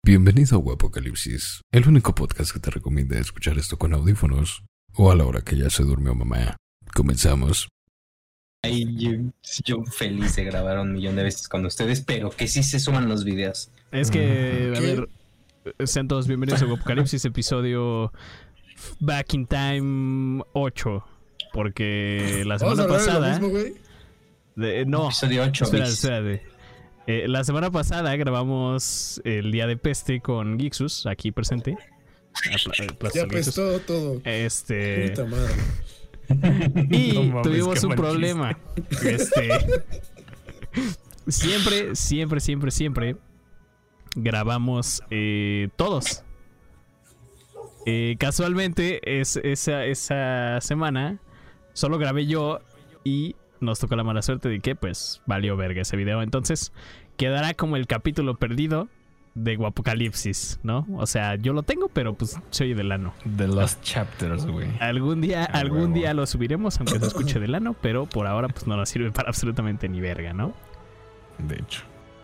Bienvenido a Guapocalipsis, el único podcast que te recomienda escuchar esto con audífonos o a la hora que ya se durmió mamá. Comenzamos. Ay, yo feliz de grabar 1,000,000 de veces con ustedes, pero que sí se suman los videos. Es que, a ver, sean todos bienvenidos a Guapocalipsis, episodio Back in Time 8. Porque la semana pasada... no, episodio 8. Espérate. La semana pasada grabamos el Día de Peste con Gixus, aquí presente. Ya apestó todo. Puta madre. Y no tuvimos un problema. Siempre grabamos todos. Casualmente esa semana solo grabé yo y nos tocó la mala suerte de que pues valió verga ese video. Entonces quedará como el capítulo perdido de Guapocalipsis, ¿no? O sea, yo lo tengo, pero pues soy del ano. The Lost Chapters, güey. Algún día lo subiremos, aunque se escuche del ano, pero por ahora pues no nos sirve para absolutamente ni verga, ¿no? De hecho.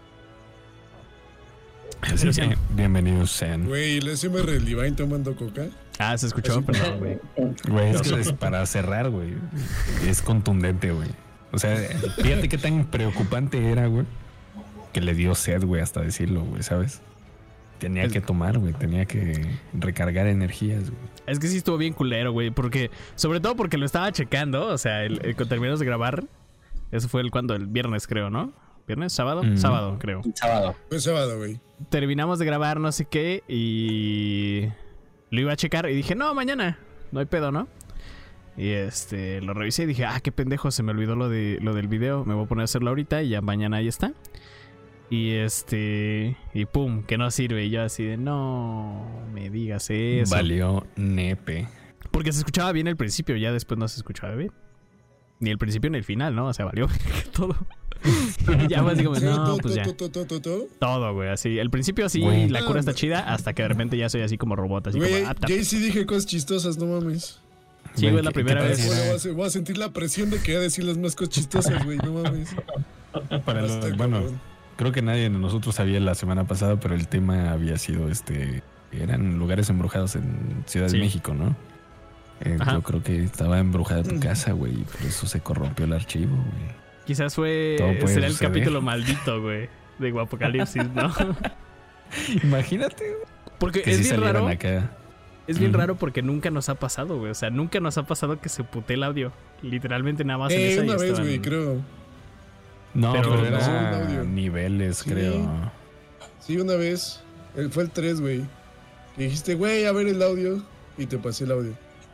Así que, bienvenidos sean. Güey, ¿el SMR Divine tomando coca? Ah, se escuchó, perdón, güey. Güey, es que es para cerrar, güey. Es contundente, güey. O sea, fíjate qué tan preocupante era, güey, que le dio sed, güey, hasta decirlo, güey, ¿sabes? Tenía que tomar, güey, tenía que recargar energías, güey. Es que sí estuvo bien culero, güey, porque, sobre todo porque lo estaba checando, o sea, cuando terminamos de grabar, eso fue el viernes, creo, ¿no? ¿Viernes? ¿Sábado? Sábado, creo. Sábado. Fue sábado, güey. Terminamos de grabar no sé qué y lo iba a checar y dije, no, mañana, no hay pedo, ¿no? Y lo revisé y dije, qué pendejo, se me olvidó lo del video, me voy a poner a hacerlo ahorita y ya mañana ahí está. Y y pum, que no sirve. Y yo así de, no me digas eso. Valió nepe. Porque se escuchaba bien el principio, ya después no se escuchaba bien. Ni el principio ni el final, ¿no? O sea, valió todo. Ya fue así como, no, pues ya. Todo, güey, así. El principio sí, güey, la cura está chida, hasta que de repente ya soy así como robot, así güey, como... Jay sí dije cosas chistosas, no mames. Sí, güey, la primera vez. Bueno, voy a sentir la presión de que voy a decir las más cosas chistosas, güey, no mames. Bueno, creo que nadie de nosotros sabía la semana pasada, pero el tema había sido eran lugares embrujados en Ciudad de México, ¿no? Yo creo que estaba embrujada tu casa, güey, y por eso se corrompió el archivo, güey. Quizás será el capítulo maldito, güey, de Guapocalipsis, ¿no? Imagínate, güey. Porque que es sí bien raro. Acá. Es bien raro porque nunca nos ha pasado, güey. O sea, nunca nos ha pasado que se putee el audio. Literalmente nada más en esa una vez, güey, creo. No, pero era niveles, sí, creo. Sí, una vez. Fue el 3, güey. Y dijiste, güey, a ver el audio. Y te pasé el audio.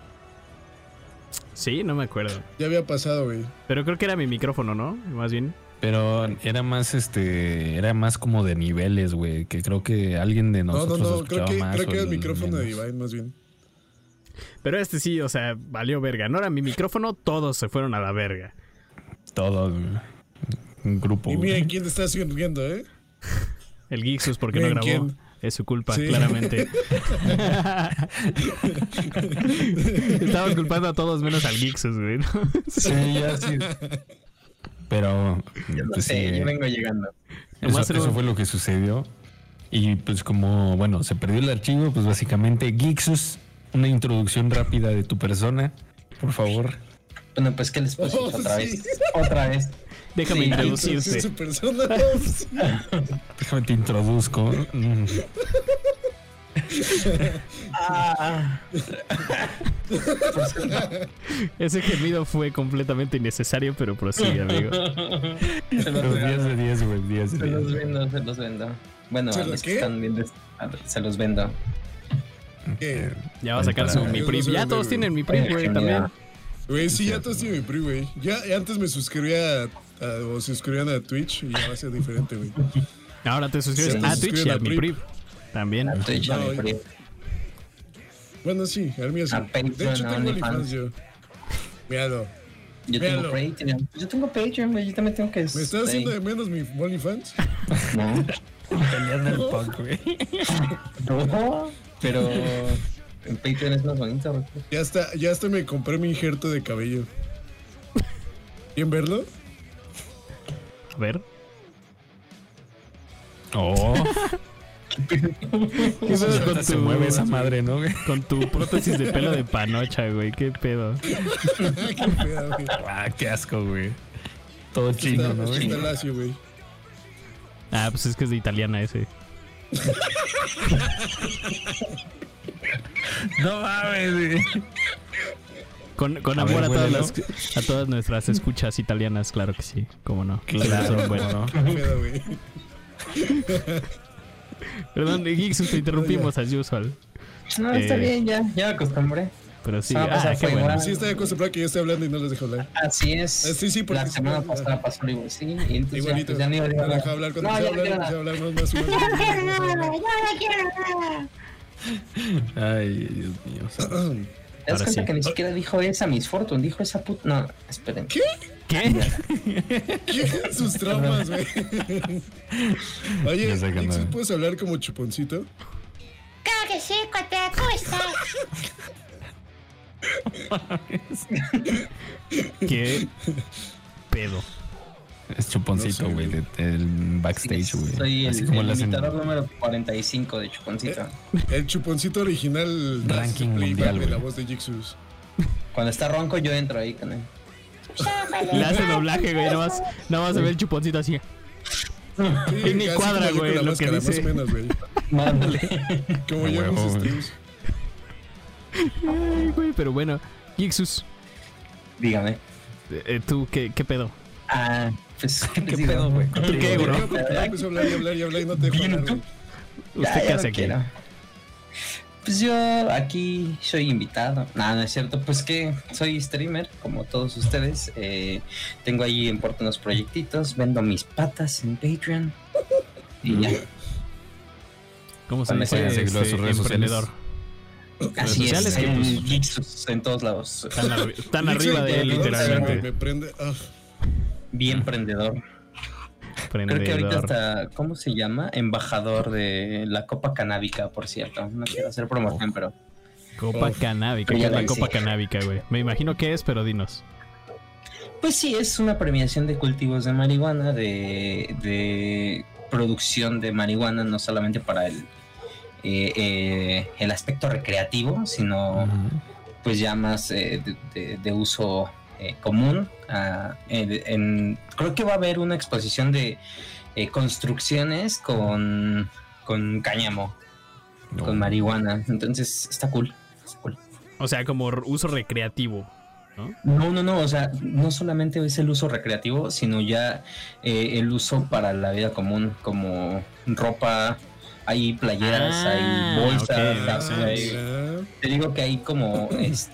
Sí, no me acuerdo. Ya había pasado, güey. Pero creo que era mi micrófono, ¿no? Más bien. Pero era más como de niveles, güey. Que creo que alguien de nosotros escuchaba más. Creo que era el micrófono de Divine, más bien. Pero sí, o sea, valió verga. No era mi micrófono, todos se fueron a la verga. Todos, un grupo. Y miren quién te está sirviendo, ¿eh? El Gixus, porque no grabó. ¿Quién? Es su culpa, sí. Claramente. Estaban culpando a todos menos al Gixus, güey, ¿no? Sí, ya sí. Pero yo no sé, yo vengo llegando. Eso fue lo que sucedió. Y pues como, bueno, se perdió el archivo, pues básicamente, Gixus, una introducción rápida de tu persona, por favor. Bueno, pues ¿qué les puedo decir otra vez? Déjame introducirte. Su persona. Déjame te introduzco. Ese gemido fue completamente innecesario, pero prosigue, amigo. Los 10 de 10, güey. 10 de 10. Se los vendo. Bueno, a los que están viendo, se los vendo. Ya va a sacar su Mi Pri. Ya todos tienen Mi Pri, güey, también. Güey, sí, ya todos tienen Mi Pri, güey. Ya antes me suscribía o se suscribían a Twitch y ya va a ser diferente, güey. Ahora te suscribes a Twitch y a Mi Pri. También. A Twitch y a Mi Pri. Bueno, sí, al mío sí. De hecho, tengo OnlyFans yo. Míralo. Yo tengo Patreon, güey. Yo también tengo que... ¿Me estás haciendo de menos mi OnlyFans? No. Peleando el punk, güey. No, pero... En Patreon es más bonito, güey. Ya hasta me compré mi injerto de cabello. ¿Quieren verlo? A ver. Oh. Se mueve esa madre, ¿no, güey? Con tu prótesis de pelo de panocha, güey. ¿Qué pedo? Qué pedo, güey. Ah, qué asco, güey. Todo chino, ¿no, güey? Está lacio, güey. Ah, pues es que es de italiana ese. No mames, güey. Con amor a todas nuestras escuchas italianas, claro que sí. ¿Cómo no? Claro, bueno. Qué pedo, güey. Perdón, Geeks, te interrumpimos as usual. No, está bien, ya me acostumbré. Pero sí, qué bueno. Sí, estoy acostumbrado que yo estoy hablando y no les dejo hablar. Así es. Sí, porque la semana pasada pasó igual, sí. Y entonces igualito. ya no iba a Me deja hablar cuando quise hablar, más. Ay, Dios mío. ¿Te das cuenta que ni siquiera dijo esa Miss Fortune? Dijo esa puta... No, esperen. ¿Qué? ¿Qué? Sus traumas, güey. Oye, ¿puedes hablar como Chuponcito? Claro que sí, cuate, ¿cómo estás? ¿Qué pedo? Es Chuponcito, güey, no sé, del backstage, güey. Soy así el como imitador número 45 de Chuponcito. El Chuponcito original. Ranking mundial, de güey. la voz de Jixus. Cuando está ronco, yo entro ahí con él. Le hace doblaje, güey. Nada más se ve el Chuponcito así. Sí, ni cuadra, güey, lo que dice. Más o menos, güey. Mándale. Como ya en los streams. Ay, güey, pero bueno. Jixus, Dígame. ¿tú qué pedo? Pues, ¿Qué pedo, güey? ¿Tú qué, bro? Empiezo a hablar y no te dejo hablar, güey. ¿Usted qué hace aquí? Quiero. Pues yo aquí soy invitado. No es cierto. Pues que soy streamer, como todos ustedes. Tengo ahí en puerto unos proyectitos. Vendo mis patas en Patreon. Y ya. ¿Cómo se dice? Emprendedor. Así sociales es, que, en Geeks, en todos lados. Están arriba de él, literalmente. Me prende. Bien emprendedor. Creo que ahorita está, ¿cómo se llama? Embajador de la Copa Canábica, por cierto. No quiero hacer promoción, pero... Copa Canábica, ¿qué es la Copa Canábica, güey? Me imagino que es, pero dinos. Pues sí, es una premiación de cultivos de marihuana, de producción de marihuana, no solamente para el aspecto recreativo, sino pues ya más de uso común. Creo que va a haber una exposición de construcciones con cáñamo, con marihuana. Entonces está cool. O sea, como uso recreativo, ¿no? No, o sea, no solamente es el uso recreativo, sino ya el uso para la vida común, como ropa. Hay playeras, hay bolsas, te digo que hay como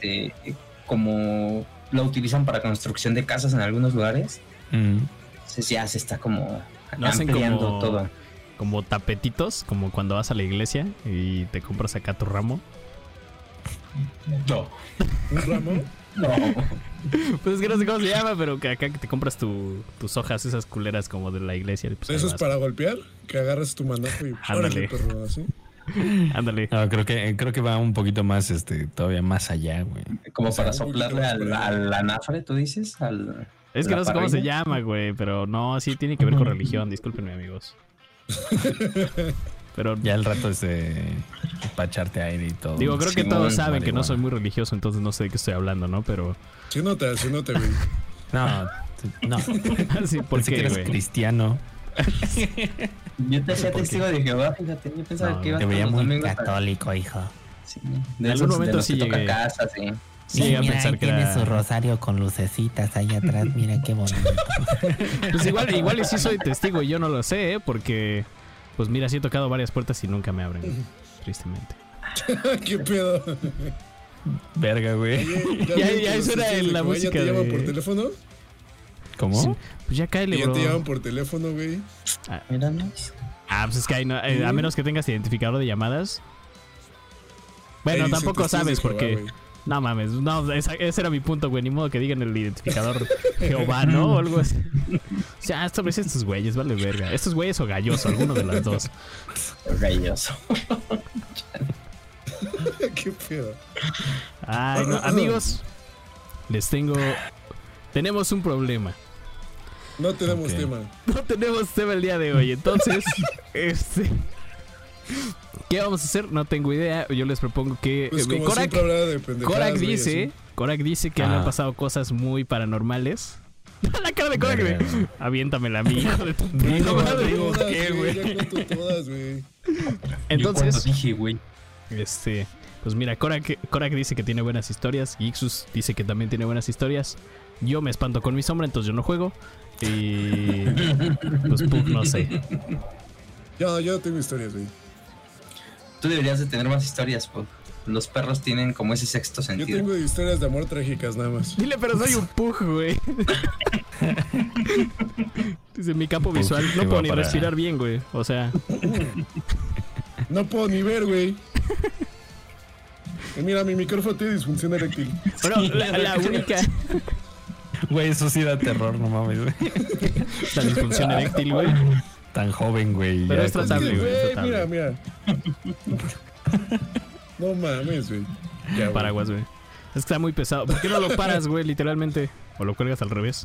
como lo utilizan para construcción de casas en algunos lugares. Entonces ya se está como ampliando todo. Como tapetitos, como cuando vas a la iglesia y te compras acá tu ramo. No. ¿Un ramo? No. Pues es que no sé cómo se llama, pero que acá que te compras tus hojas, esas culeras como de la iglesia. Pues ¿eso es para golpear? Que agarras tu manojo y ándale, perro, ¿así? Ándale. No, creo que va un poquito más, todavía más allá, güey. Como para soplarle al anafre, ¿tú dices? Es que no sé cómo se llama, güey, pero no, sí tiene que ver con religión, discúlpenme, amigos. Pero ya el rato es para echarte aire y todo. Digo, creo que todos saben que no soy muy religioso, entonces no sé de qué estoy hablando, ¿no? Pero... Se nota, güey. No. Sí, ¿por qué, eres güey? cristiano. Yo te hacía testigo de Jehová, fíjate. Yo pensaba que ibas te veía todos los muy domingos católico, hijo. Sí, en algún momento sí llegué. Casa, sí. Sí, llegué a pensar que tiene era... su rosario con lucecitas ahí atrás. Mira qué bonito. Pues igual y sí soy testigo y yo no lo sé, porque... Pues mira, sí he tocado varias puertas y nunca me abren, tristemente. ¿Qué pedo? Verga, güey. Ya eso era en la música. ¿Ya te llaman por teléfono? ¿Cómo? Sí, pues ya cáele, bro. Ya te llaman por teléfono, güey. Míranos. Pues es que a menos que tengas identificador de llamadas. Bueno, tampoco sabes porque... No mames, no, ese era mi punto, güey. Ni modo que digan el identificador Jehová, ¿no? O algo así. O sea, estos güeyes, vale verga. Estos güeyes o Galloso, alguno de las dos. Galloso. Qué pedo. Ay, no. Amigos, tenemos un problema. No tenemos tema. No tenemos tema el día de hoy, entonces, ¿Qué vamos a hacer? No tengo idea. Yo les propongo que Pues como siempre hablaba de pendejadas, güey, Korak dice que han pasado cosas muy paranormales. La cara de Korak, güey. Aviéntamela a mí, hijo de tu puta madre. ¿Qué, güey? Ya cuento todas, güey. Entonces, dije, güey. Pues mira, Korak dice que tiene buenas historias. Gixus dice que también tiene buenas historias. Yo me espanto con mi sombra, entonces yo no juego. Y pues Pug, no sé. Yo no tengo historias, güey. Tú deberías de tener más historias, Pug. Los perros tienen como ese sexto sentido. Yo tengo historias de amor trágicas nada más. Dile, pero soy un Pug, güey. Dice, mi campo visual no puedo ni respirar bien, güey. O sea, no puedo ni ver, güey. Mira, mi micrófono tiene disfunción eréctil. Bueno, la única. Güey, eso sí da terror, no mames, güey. La disfunción eréctil, güey. Tan joven, güey. Pero es tratable, güey. Mira. No mames, güey. Paraguas, güey. Es que está muy pesado. ¿Por qué no lo paras, güey, literalmente? ¿O lo cuelgas al revés?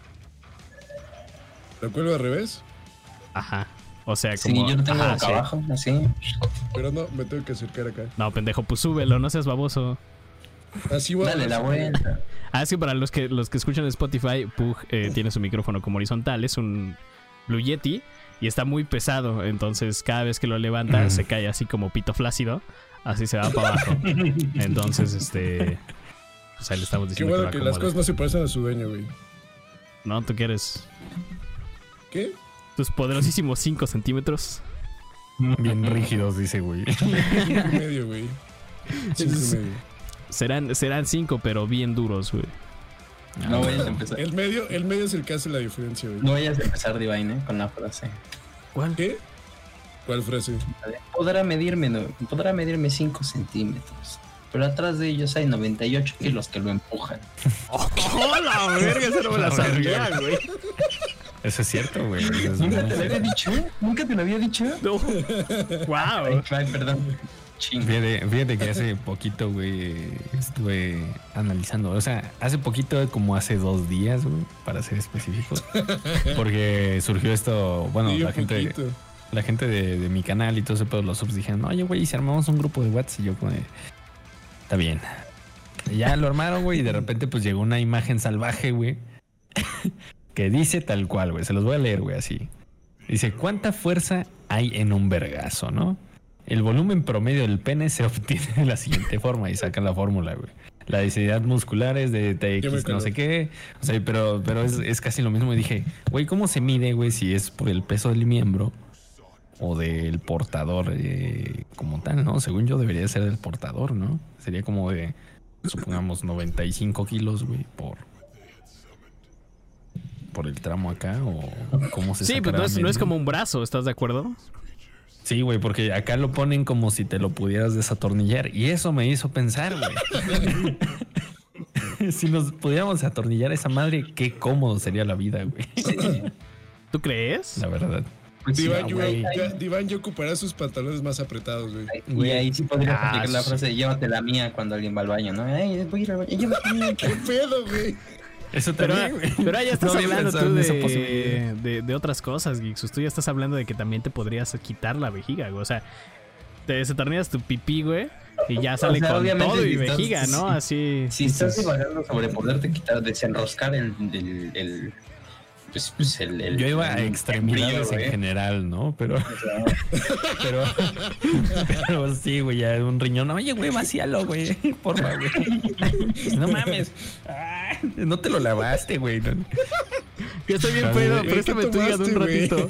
¿Lo cuelgo al revés? Ajá. O sea, como... Sí, yo lo tengo acá abajo, así. Pero no, me tengo que acercar acá. No, pendejo, pues súbelo, no seas baboso. Así va. Dale la vuelta. Ah, sí, para los que escuchan en Spotify, Pug tiene su micrófono como horizontal. Es un Blue Yeti y está muy pesado. Entonces, cada vez que lo levanta, se cae así como pito flácido. Así se va para abajo. Entonces, pues ahí le estamos diciendo. Qué bueno que las cosas no se parecen a su dueño, güey. No, ¿tú quieres? ¿Qué? Tus poderosísimos 5 centímetros. Bien rígidos, dice, güey. 5.5, güey. 5.5. Serán 5, pero bien duros, güey. No vayas a empezar. El medio es el que hace la diferencia, güey. No vayas a empezar, Divine, con la frase. ¿Cuál? ¿Qué? ¿Cuál frase? Podrá medirme 5 centímetros. Pero atrás de ellos hay 98 kilos que lo empujan. ¡Oh, la verga! Eso no me la sabía, güey. Eso es cierto, güey. ¿Nunca te lo había dicho? ¿Nunca te lo había dicho? No. ¡Wow! Ay, perdón. Fíjate que hace poquito, güey, estuve analizando. O sea, hace poquito, como hace 2 días, güey, para ser específicos. Porque surgió esto, bueno, Sí, la gente de mi canal y todo ese pedo, los subs dijeron, oye, güey, ¿y si armamos un grupo de WhatsApp? Y yo como, está bien. Y ya lo armaron, güey, y de repente pues llegó una imagen salvaje, güey, que dice tal cual, güey. Se los voy a leer, güey, así. Dice, ¿cuánta fuerza hay en un vergazo, no? El volumen promedio del pene se obtiene de la siguiente forma, y sacan la fórmula, güey. La densidad muscular es de TX no sé qué. O sea, pero es casi lo mismo. Y dije, güey, ¿cómo se mide, güey, si es por el peso del miembro o del portador como tal, ¿no? Según yo debería ser del portador, ¿no? Sería como de, supongamos, 95 kilos, güey, por el tramo acá, o cómo se Sí, pues no es como un brazo, ¿estás de acuerdo? Sí, güey, porque acá lo ponen como si te lo pudieras desatornillar. Y eso me hizo pensar, güey. Si nos pudiéramos atornillar esa madre, qué cómodo sería la vida, güey. ¿Tú crees? La verdad. Pues Diván ya ocupará sus pantalones más apretados, güey. Y ahí sí podría aplicar la frase, llévate la mía cuando alguien va al baño, ¿no? Ay, voy a ir al baño, llévate la mía. ¿Qué pedo, güey? Eso también, güey. Pero ya estás No hablando pensado tú en esa posibilidad. de otras cosas, Gixus. Tú ya estás hablando de que también te podrías quitar la vejiga, güey. O sea, te desatornillas tu pipí, güey, y ya sale con todo y vejiga, ¿no? Así. Si estás divagando sobre poderte quitar, desenroscar el yo iba a extremidades en general, ¿no? Pero sí, güey, ya un riñón. Oye, güey, vacíalo, güey. Porfa, güey. No mames. No te lo lavaste, güey. No. Ya estoy bien pedo, préstame tu hígado un ratito.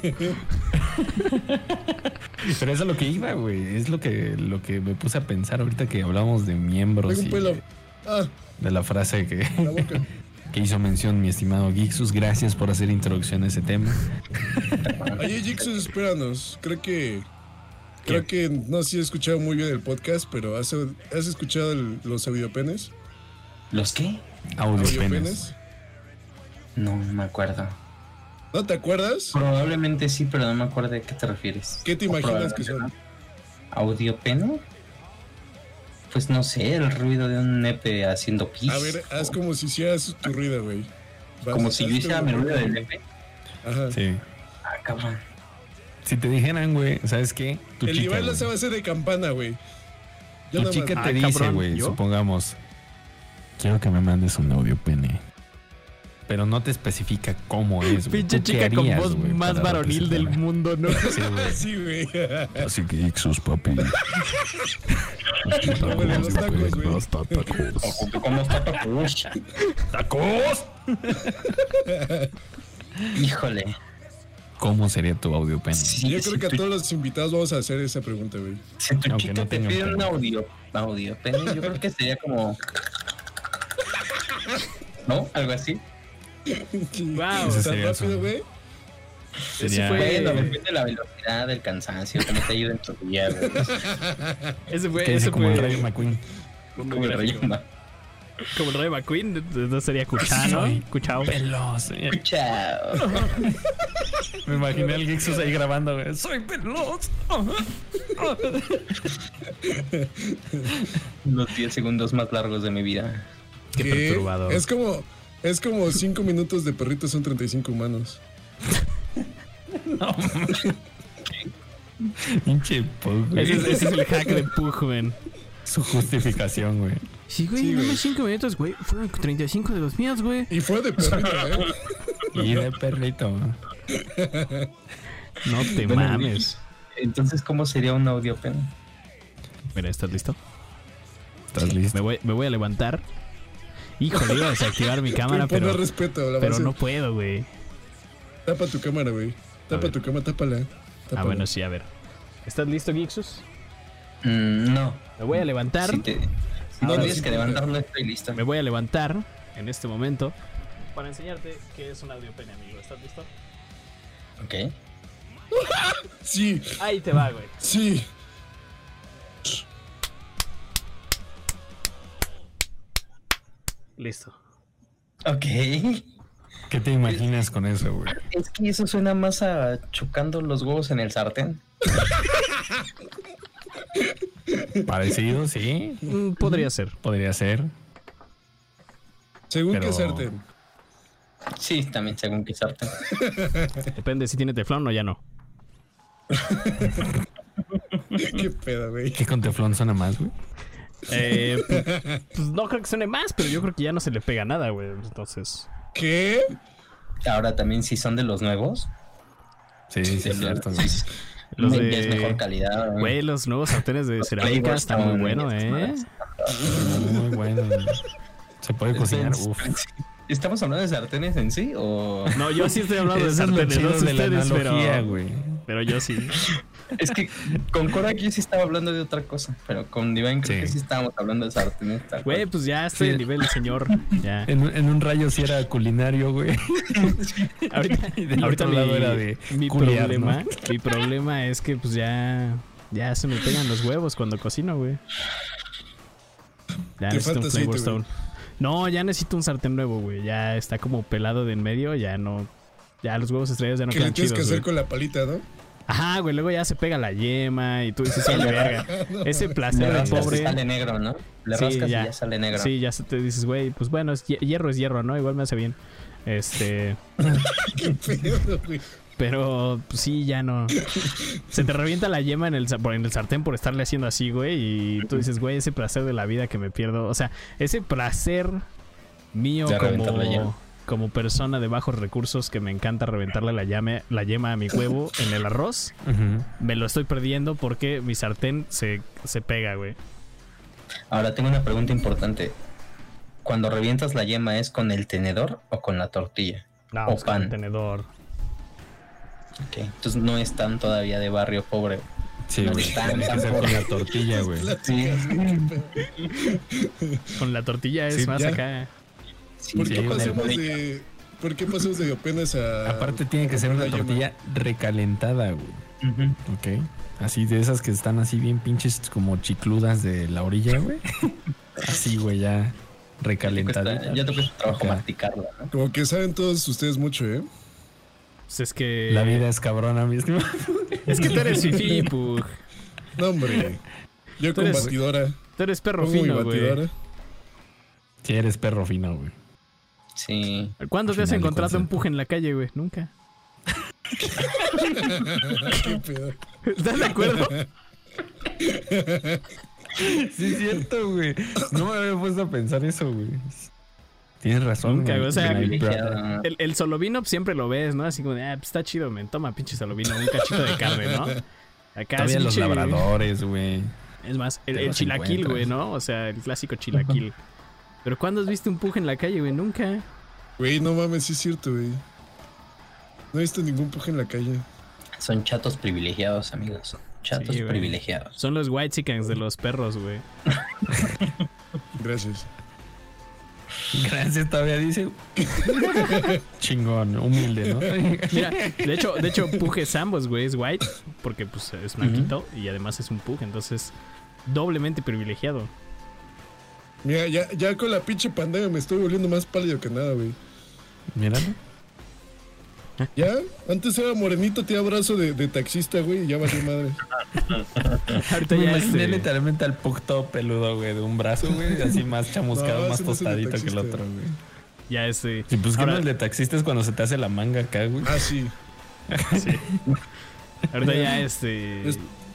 Pero eso es lo que iba, güey. Es lo que me puse a pensar ahorita que hablamos de miembros. Tengo un pelo. De la frase que... La boca. Que hizo mención mi estimado Gixus. Gracias por hacer introducción a ese tema. Oye, Gixus, espéranos. Creo que no sé si he escuchado muy bien el podcast, pero ¿has escuchado los audiopenes? ¿Los qué? Audiopenes. No me acuerdo. ¿No te acuerdas? Probablemente sí, pero no me acuerdo de qué te refieres. ¿Qué te imaginas que son? ¿Audiopene? Pues no sé, el ruido de un nepe haciendo pis. A ver, haz como si hicieras tu ruido, güey. Como si yo hiciera mi ruido del nepe. Ajá. Sí. Ah, cabrón. Si te dijeran, güey, ¿sabes qué? Tu el chica, Iván la güey. sabe hacer de campana, güey. Yo Tu nada chica más- te dice, cabrón, güey, ¿yo? supongamos, quiero que me mandes un audio pene. Pero no te especifica cómo es, güey. Pinche ¿Tú qué chica con harías, voz güey, más para varonil del representarme? mundo, ¿no? Sí, güey. Sí, güey. Así que Ixus, papi. Bueno, los tacos, güey. ¿Cómo está tacos? ¡Tacos! Híjole. ¿Cómo sería tu audio pene? Sí, Yo si creo que a tu- todos los invitados vamos a hacer esa pregunta, güey. Si tu Aunque chica no te tenga pide un un audio pene, yo creo que sería como... ¿No? Algo así. Wow, Ese ¿Tan sería rápido, eso. güey? Sería... fue- Bueno, depende de la velocidad, del cansancio, cómo te ayuda en tu día, güey. ese fue, que dice ese como fue el Rayo McQueen. muy Como el gráfico. Rayuma. Como el Rey McQueen, no sería Cuchano, Soy Cuchao. veloz. Chao. Me imaginé al Ixus ahí grabando, güey. Soy veloz. Los 10 segundos más largos de mi vida. Qué ¿Qué? perturbador. Es como 5 minutos de perritos son 35 humanos. No. Pinche pug, güey. Ese es el hack de Pug, man. Su justificación, güey. Sí, güey, Sí, no güey. me 5 minutos, güey. Fueron 35 de los míos, güey. Y fue de perrito, ¿eh? Y de perrito. No te Bueno, mames. Entonces, ¿cómo sería un audio pen? Mira, ¿estás listo? ¿Estás listo? Me voy a levantar. Híjole, iba a desactivar mi cámara, Ponle pero respeto, la pero base. no puedo, güey. Tapa tu cámara, güey. Tapa ver. tu cámara, tápala. Ah, Tápala. bueno, sí, a ver. ¿Estás listo, Gixus? No. Me voy a levantar. Si no Ahora tienes sí, que levantarlo, estoy listo. Me voy a levantar en este momento para enseñarte qué es un audio pene, amigo. ¿Estás listo? Ok. Sí, Ahí te va, güey. sí. Listo. Ok. ¿Qué te imaginas con eso, güey? Es que eso suena más a chocando los huevos en el sartén. Parecido, sí. Podría ser. Podría ser. Según Pero- qué sartén. Sí, también según qué sartén. Depende si tiene teflón o ya no. Qué pedo, güey. ¿Qué con teflón suena más, güey? Pues no creo que suene más, pero yo creo que ya no se le pega nada, güey. Entonces. ¿Qué? Ahora también si son de los nuevos. Sí, sí, es cierto. Sí, sí. Los Ya de- es mejor calidad. Güey, los nuevos sartenes de cerámica flavors están muy buenos, estaban- Muy bueno. Se puede cocinar. Uf. ¿Estamos hablando de sartenes en sí o...? No, yo sí estoy hablando de Eso es lo sartenes, no chido sé de la ustedes, analogía, güey. pero yo sí. Es que con Korak yo sí estaba hablando de otra cosa, pero con Divine creo Sí. que sí estábamos hablando de sartenes. tal Güey, cual. pues ya estoy Sí. a nivel de señor. Ya. En un rayo sí era culinario, güey. Ahorita, Y del ahorita otro lado era de mi culiar, problema, ¿no? mi problema es que pues ya se me pegan los huevos cuando cocino, güey. Ya Te necesito un falta Flavor aceite, Stone. No, ya necesito un sartén nuevo, güey. Ya está como pelado de en medio, ya no. Ya los huevos estrellados ya no ¿Qué le quedan tienes chidos, que hacer güey. con la palita, no? Ajá, güey, luego ya se pega la yema y tú dices, sale verga. Ese Le placer de rascas y pobre. sale negro, ¿no? Le Sí, rascas ya. y ya sale negro. Sí, ya se te dices, güey, pues bueno, hierro es hierro, ¿no? Igual me hace bien. Qué pedo, güey. Pero pues, sí, ya no. Se te revienta la yema en el sartén por estarle haciendo así, güey. Y tú dices, güey, ese placer de la vida que me pierdo. O sea, ese placer mío De reventar la yema. como persona de bajos recursos que me encanta reventarle la yema a mi huevo en el arroz, Ujú. me lo estoy perdiendo porque mi sartén se pega, güey. Ahora tengo una pregunta importante. Cuando revientas la yema, ¿es con el tenedor o con la tortilla? No, O pues, con el pan. tenedor. Ok, entonces no están todavía de barrio pobre. Sí, No güey. está Tiene que tan ser con pobre. la tortilla, güey. Sí. Con la tortilla es Sí, más ya. acá. Sí, ¿Por sí, qué con el pasamos bodega. de... ¿Por qué pasamos de apenas a... Aparte tiene que ser una yema? tortilla recalentada, güey. Ujú. Ok. Así de esas que están así bien pinches como chicludas de la orilla, güey. Así, güey, ya recalentadita. Ya te cuesta trabajo Acá. masticarla, ¿no? Como que saben todos ustedes mucho, ¿eh? Pues es que. La vida es cabrona, mi estimado. Es que tú eres fifí, Pug. No, hombre. Yo Tú con eres- batidora. Tú eres perro Pongo mi fino, güey. batidora. Si eres perro fino, güey. Sí. ¿Cuándo te has Al final de encontrado un cuentas. Pug en la calle, güey? Nunca. ¿Qué pedo? ¿Estás de acuerdo? Sí, es cierto, güey. No me había puesto a pensar eso, güey. Tienes razón, Nunca, güey. o sea, Privilegiado. el solovino siempre lo ves, ¿no? Así como de, pues está chido, men. Toma, pinche solovino, un cachito de carne, ¿no? Acá Todavía es los pinche- labradores, güey. Es más, Te el los chilaquil, encuentras. güey, ¿no? O sea, el clásico chilaquil. Pero ¿cuándo has visto un pug en la calle, güey? Nunca. Güey, no mames, sí es cierto, güey. No he visto ningún puje en la calle. Son chatos privilegiados, amigos. Chatos Sí, güey. privilegiados. Son los whitexicans de los perros, güey. Gracias. Gracias, todavía dice. Chingón, humilde, ¿no? Mira, de hecho, pug es ambos, güey. Es white, porque pues es blanquito y además es un pug, entonces doblemente privilegiado. Mira, ya con la pinche pandemia me estoy volviendo más pálido que nada, güey. Míralo. Ya, antes era morenito, te abrazo de taxista, güey, y ya valió madre. Ahorita Me ya imaginé literalmente al pug todo peludo, güey, de un brazo, güey, así más chamuscado, No, más ese no es el de tostadito que el taxista. otro, güey. ya Sí, pues que ahora- no, el de taxista es cuando se te hace la manga acá, güey. Ah, sí. sí. Ahorita ya Es- ¿Qué?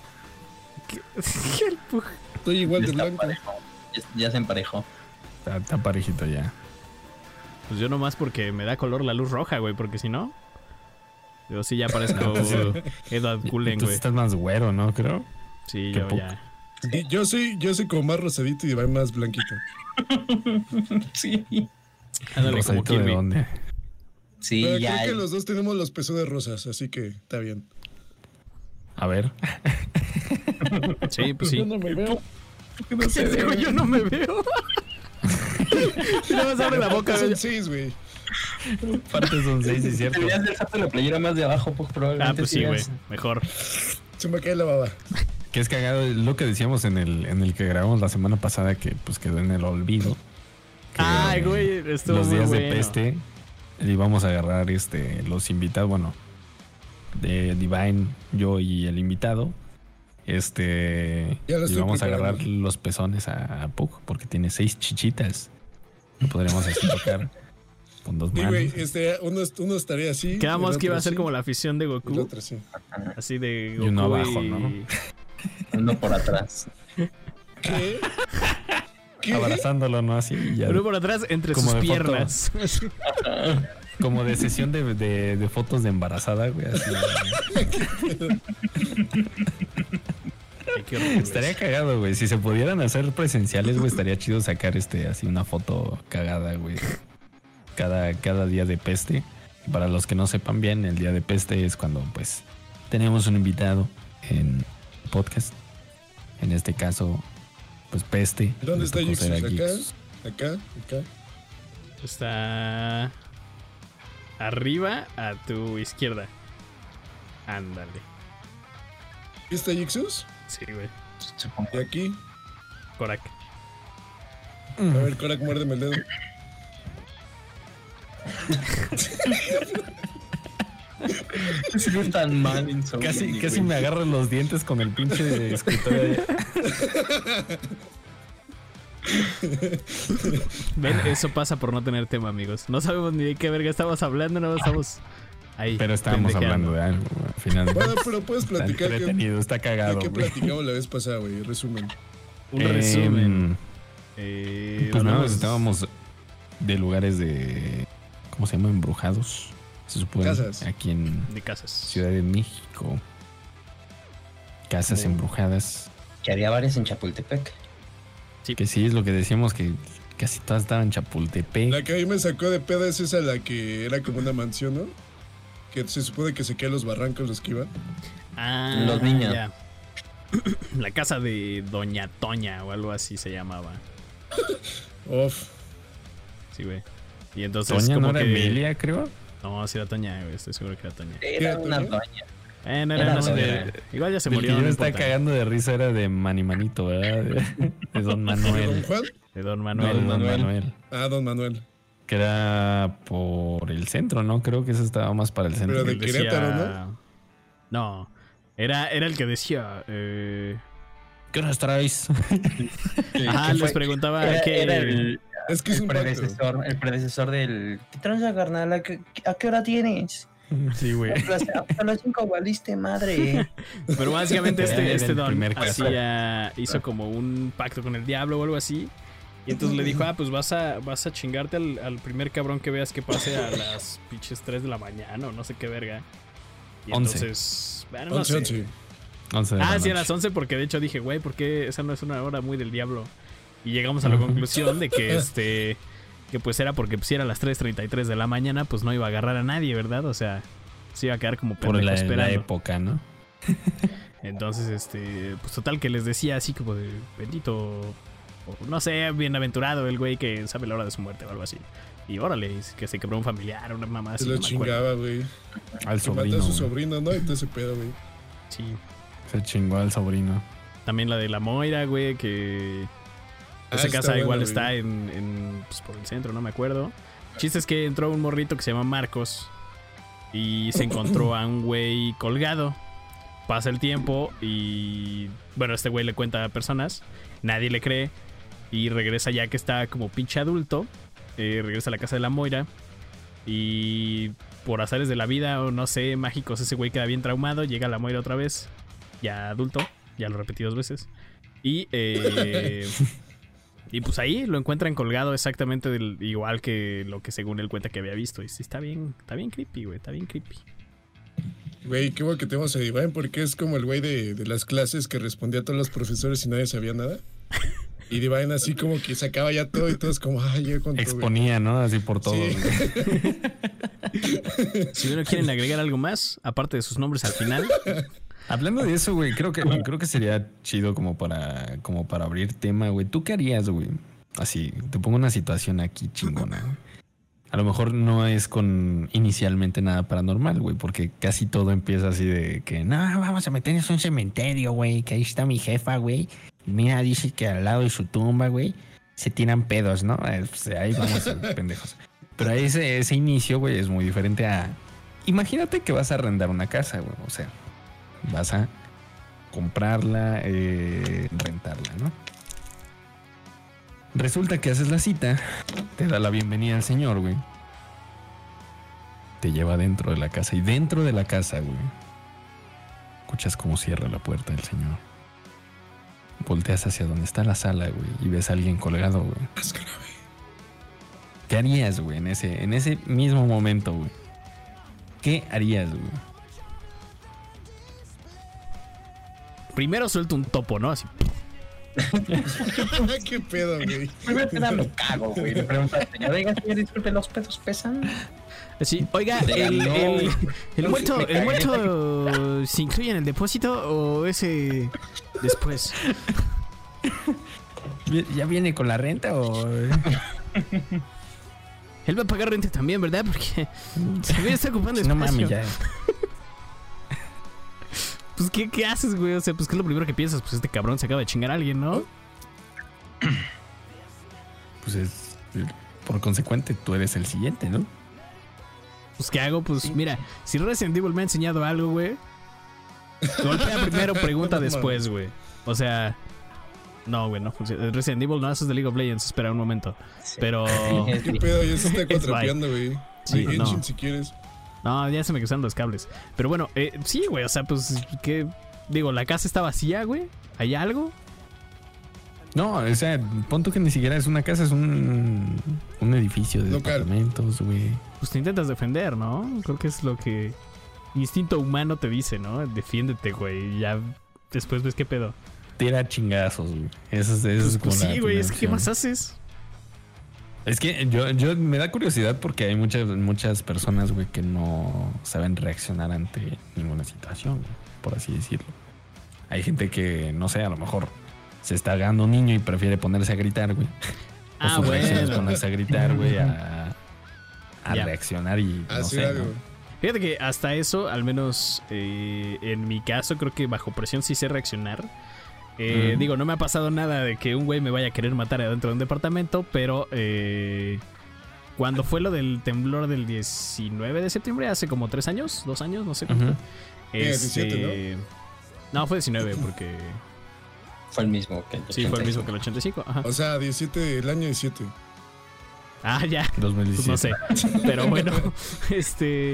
El pug. Estoy igual Ya de está blanco. parejo. Ya se emparejó. Está parejito ya. Pues yo nomás porque me da color la luz roja, güey, porque si no. Yo sí ya parezco Edward Cullen, Entonces güey. estás más güero, ¿no? Creo. Sí, qué yo poco. ya. Y yo soy como más rosadito y va más blanquito. Sí. Ándale, como ¿Rosadito de Kirby. dónde? Sí, Pero ya. creo que los dos tenemos los pezones rosas, así que está bien. A ver. Sí, pues sí. Yo no me veo. Ese güey, yo no me veo. Nada más abre la boca, Son güey. 6, güey. Partes son 6, es cierto. Deberías dejarte la playera más de abajo, pues probablemente. Ah, pues sí, güey. sigas. Mejor. Se me cae la baba. Que es cagado lo que decíamos en el que grabamos la semana pasada, que pues quedó en el olvido. Que Ay, güey, estuvo los muy días bueno. de peste íbamos a agarrar los invitados, bueno, de Divine, yo y el invitado. Ya lo estoy íbamos a agarrar preparando. los pezones a Pug porque tiene 6 chichitas. Lo podríamos así tocar con 2 Y, manos. güey, uno estaría así. Quedamos el que iba a otro ser así, como la afición de y el Goku. otro así. Así de Y Goku. uno abajo, ¿no? Uno por atrás. ¿Qué? ¿Qué? Abrazándolo, ¿no? Así y ya. Uno por atrás entre Como sus de foto. piernas. Como de sesión de fotos de embarazada, güey. Así. Ay, qué horrible. Estaría cagado, güey. Si se pudieran hacer presenciales, güey, estaría chido sacar así una foto cagada, güey. Cada día de peste. Para los que no sepan bien, el día de peste es cuando, pues, tenemos un invitado en podcast. En este caso, pues, peste. ¿Dónde Le está tocó Jixus? ser a ¿Acá? Jixus. ¿Acá? Está arriba a tu izquierda. Ándale. ¿Aquí está Jixus? Sí, güey. Supongo. ¿Y aquí? Korak. A ver, Korak, muérdeme el dedo. Sí, no es tan mal Casi me agarro los dientes con el pinche escritorio. Ven, eso pasa por no tener tema, amigos. No sabemos ni de qué verga estamos hablando, no estamos ahí. Pero estábamos pendejeando. hablando de algo, güey. Al final. Bueno, pero puedes Está platicar entretenido, está cagado, qué güey. platicamos la vez pasada, güey. Resumen. Un resumen. Pues nada, hablamos- estábamos de lugares de. ¿Cómo se llama? Embrujados. Se supone. Casas. Aquí en de casas. Ciudad de México. Casas embrujadas. Que había varias en Chapultepec. Que sí, es lo que decíamos, que casi todas estaban en Chapultepec. La que a mí me sacó de peda es esa, la que era como una mansión, ¿no? Que se supone que se caen los barrancos los que iban. Ah, Los niños. ya. La casa de Doña Toña o algo así se llamaba. Uf. Sí, güey. Y entonces Toña como no era que... Emilia, creo. No, sí era Toña, güey. Estoy seguro que era Toña. Era una Toña? doña. No Era era la de... Igual ya se El que murió. yo no me estaba importa. cagando de risa era de Manito, ¿verdad? De Don ¿De Don Manuel. Juan? De Don No, Manuel. de Don Manuel. Ah, Don Manuel. Que era por el centro, ¿no? Creo que eso estaba más para el centro. Pero de Él decía- Querétaro, ¿no? No. Era el que decía... ¿Qué nos traes? Ajá, les preguntaba Era, qué... era el, Es que es el un pacto. predecesor del. ¿Qué tranza, carnal? ¿A qué hora tienes? Sí, güey. A las 5 valiste madre. Pero básicamente este don caso. hizo como un pacto con el diablo o algo así. Y entonces le dijo, pues vas a chingarte al primer cabrón que veas que pase a las pinches 3 de la mañana o no sé qué verga. Y 11. entonces, bueno, no sé. 11 de la Sí, a noche. las 11 porque de hecho dije, güey, ¿por qué esa no es una hora muy del diablo? Y llegamos a la conclusión de que que pues era porque si era a las 3:33 de la mañana, pues no iba a agarrar a nadie, ¿verdad? O sea, se iba a quedar como Por pendejo la esperando. época, ¿no? Entonces, pues total que les decía así como de bendito, o no sé, bienaventurado el güey que sabe la hora de su muerte o algo así. Y órale, que se quebró un familiar, una mamá así. Se lo no me acuerdo. chingaba, güey. Al Se mató sobrino. a su güey. sobrino, ¿no? Y todo ese pedo, güey. Sí. Se chingó al sobrino. También la de la Moira, güey, que esa está casa igual buena, está güey. pues, por el centro, no me acuerdo. El chiste es que entró un morrito que se llama Marcos y se encontró a un güey colgado. Pasa el tiempo y bueno, este güey le cuenta a personas, nadie le cree y regresa ya que está como pinche adulto, regresa a la casa de la Moira y por azares de la vida o no sé, mágicos, ese güey queda bien traumado, llega la Moira otra vez, ya adulto, ya lo repetí 2 veces y y pues ahí lo encuentran colgado exactamente igual que lo que según él cuenta que había visto. Y sí, está bien creepy, güey, está bien creepy. Güey, qué bueno que tenemos a Divine porque es como el güey de las clases que respondía a todos los profesores y nadie sabía nada. Y Divine así como que sacaba ya todo y todos como, ay, yo con todo. Exponía, ¿no? Así por todo. Sí. Si no quieren agregar algo más, aparte de sus nombres al final. Hablando de eso, güey, creo que sería chido como para abrir tema, güey. ¿Tú qué harías, güey? Así, te pongo una situación aquí chingona, güey. A lo mejor no es con inicialmente nada paranormal, güey, porque casi todo empieza así de que, no, vamos a meternos en un cementerio, güey, que ahí está mi jefa, güey. Mira, dice que al lado de su tumba, güey, se tiran pedos, ¿no? Pues ahí vamos, pendejos. Pero ese inicio, güey, es muy diferente a... Imagínate que vas a arrendar una casa, güey, o sea... Vas a comprarla, rentarla, ¿no? Resulta que haces la cita, te da la bienvenida al señor, güey. Te lleva dentro de la casa y dentro de la casa, güey, escuchas cómo cierra la puerta el señor. Volteas hacia donde está la sala, güey, y ves a alguien colgado, güey. ¿Qué harías, güey, en ese mismo momento, güey? ¿Qué harías, güey? Primero suelto un topo, ¿no? Así. ¿Qué pedo, güey? Primero te lo cago, güey. Le pregunto al señor, oiga, señor, disculpe, ¿los pedos pesan? Así, oiga, el muerto se incluye en el depósito o ese después. ¿Ya viene con la renta o...? Él va a pagar renta también, ¿verdad? Porque se está ocupando espacio. No mames, ya. Pues, ¿qué haces, güey? O sea, pues, ¿qué es lo primero que piensas? Pues este cabrón se acaba de chingar a alguien, ¿no? Pues es... Por consecuente, tú eres el siguiente, ¿no? Pues, ¿qué hago? Pues, mira, si Resident Evil me ha enseñado algo, güey, golpea primero, pregunta después, güey. O sea... No, güey, no funciona. Resident Evil no, eso es de League of Legends. Espera un momento. Sí. Pero... ¿Qué pedo? Ya se está contrapeando, güey. Sí, Sí, no. Genshin, si quieres. No, ya se me cruzaron los cables. Pero bueno, sí, güey, o sea, pues, ¿qué? Digo, la casa está vacía, güey. ¿Hay algo? No, o sea, punto que ni siquiera es una casa, es un edificio de Local. departamentos, güey. Pues te intentas defender, ¿no? Creo que es lo que instinto humano te dice, ¿no? Defiéndete, güey. Y ya después ves qué pedo. Tira chingazos, güey. Eso es como Pues la sí, güey, es primera que ¿qué opción. más haces? Es que yo me da curiosidad porque hay muchas personas, güey, que no saben reaccionar ante ninguna situación, güey, por así decirlo. Hay gente que, no sé, a lo mejor se está ahogando un niño y prefiere ponerse a gritar, güey. Ah, o su reacción es bueno. ponerse a gritar, güey, a Ya. reaccionar y no Así sé, algo. ¿no? Fíjate que hasta eso, al menos en mi caso, creo que bajo presión sí sé reaccionar. Digo, no me ha pasado nada de que un güey me vaya a querer matar adentro de un departamento, pero cuando fue lo del temblor del 19 de septiembre, hace como 3 años, 2 años, no sé cuánto. Ujú. 17, No, fue 19 porque... Fue el mismo que el Sí, fue el 85. mismo que el 85. Ajá. O sea, 17, el año 17. Ah, ya. Pues 2017. no sé. Pero bueno,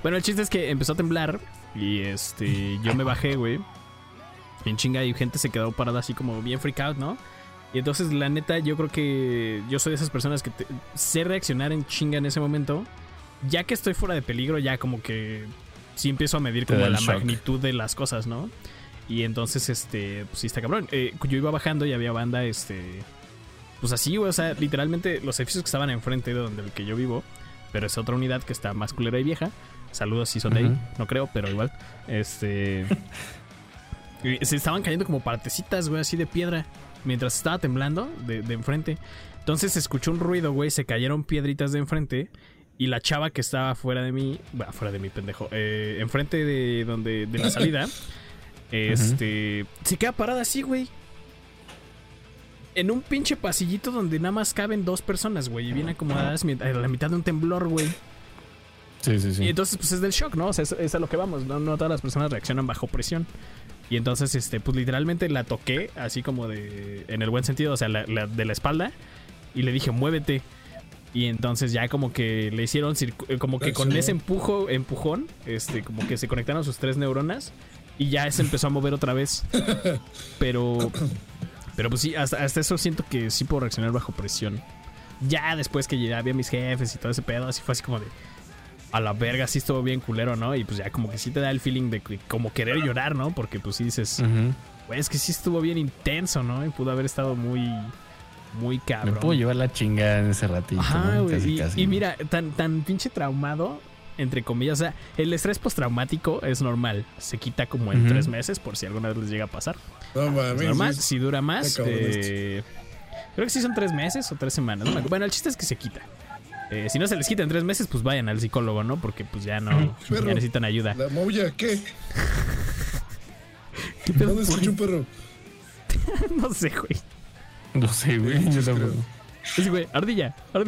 Bueno, el chiste es que empezó a temblar y yo me bajé, güey. Y en chinga y gente se quedó parada así como bien freak out, ¿no? Y entonces, la neta, yo creo que yo soy de esas personas que sé reaccionar en chinga en ese momento. Ya que estoy fuera de peligro, ya como que sí empiezo a medir como la magnitud de las cosas, ¿no? Y entonces, pues sí está cabrón. Yo iba bajando y había banda, pues así, güey, o sea, literalmente los edificios que estaban enfrente de donde el que yo vivo, pero es otra unidad que está más culera y vieja. Saludos si son de ahí, no creo, pero igual. Se estaban cayendo como partecitas, güey, así de piedra, mientras estaba temblando de enfrente. Entonces se escuchó un ruido, güey, se cayeron piedritas de enfrente. Y la chava que estaba fuera de mí, pendejo, enfrente de la salida, se queda parada así, güey. En un pinche pasillito donde nada más caben 2 personas, güey. Y bien acomodadas a la mitad de un temblor, güey. Sí. Y entonces, pues es del shock, ¿no? O sea, es a lo que vamos. No todas las personas reaccionan bajo presión. Y entonces, pues literalmente la toqué, así como en el buen sentido, o sea, de la espalda. Y le dije, muévete. Y entonces ya como que le hicieron como que con ese empujón, como que se conectaron sus 3 neuronas y ya se empezó a mover otra vez. Pero pues sí, hasta eso siento que sí puedo reaccionar bajo presión. Ya después que ya había mis jefes y todo ese pedo, así fue así como de a la verga, sí estuvo bien culero, ¿no? Y pues ya como que sí te da el feeling de como querer llorar, ¿no? Porque pues sí dices, güey, es que sí estuvo bien intenso, ¿no? Y pudo haber estado muy cabrón. Me puedo llevar la chingada en ese ratito. Ajá, ¿no? Casi. Casi. Y mira, tan pinche traumado, entre comillas. O sea, el estrés postraumático es normal. Se quita como en 3 meses, por si alguna vez les llega a pasar. No mames. Es normal, si dura más. Creo que sí son 3 meses o 3 semanas. Bueno, el chiste es que se quita. Si no se les quita en 3 meses, pues vayan al psicólogo, ¿no? Porque pues ya no. Perro, ya necesitan ayuda. La moulla, ¿qué? ¿Dónde escucha un perro? No sé, güey. No sé, güey. Yo tampoco. Es güey, ardilla.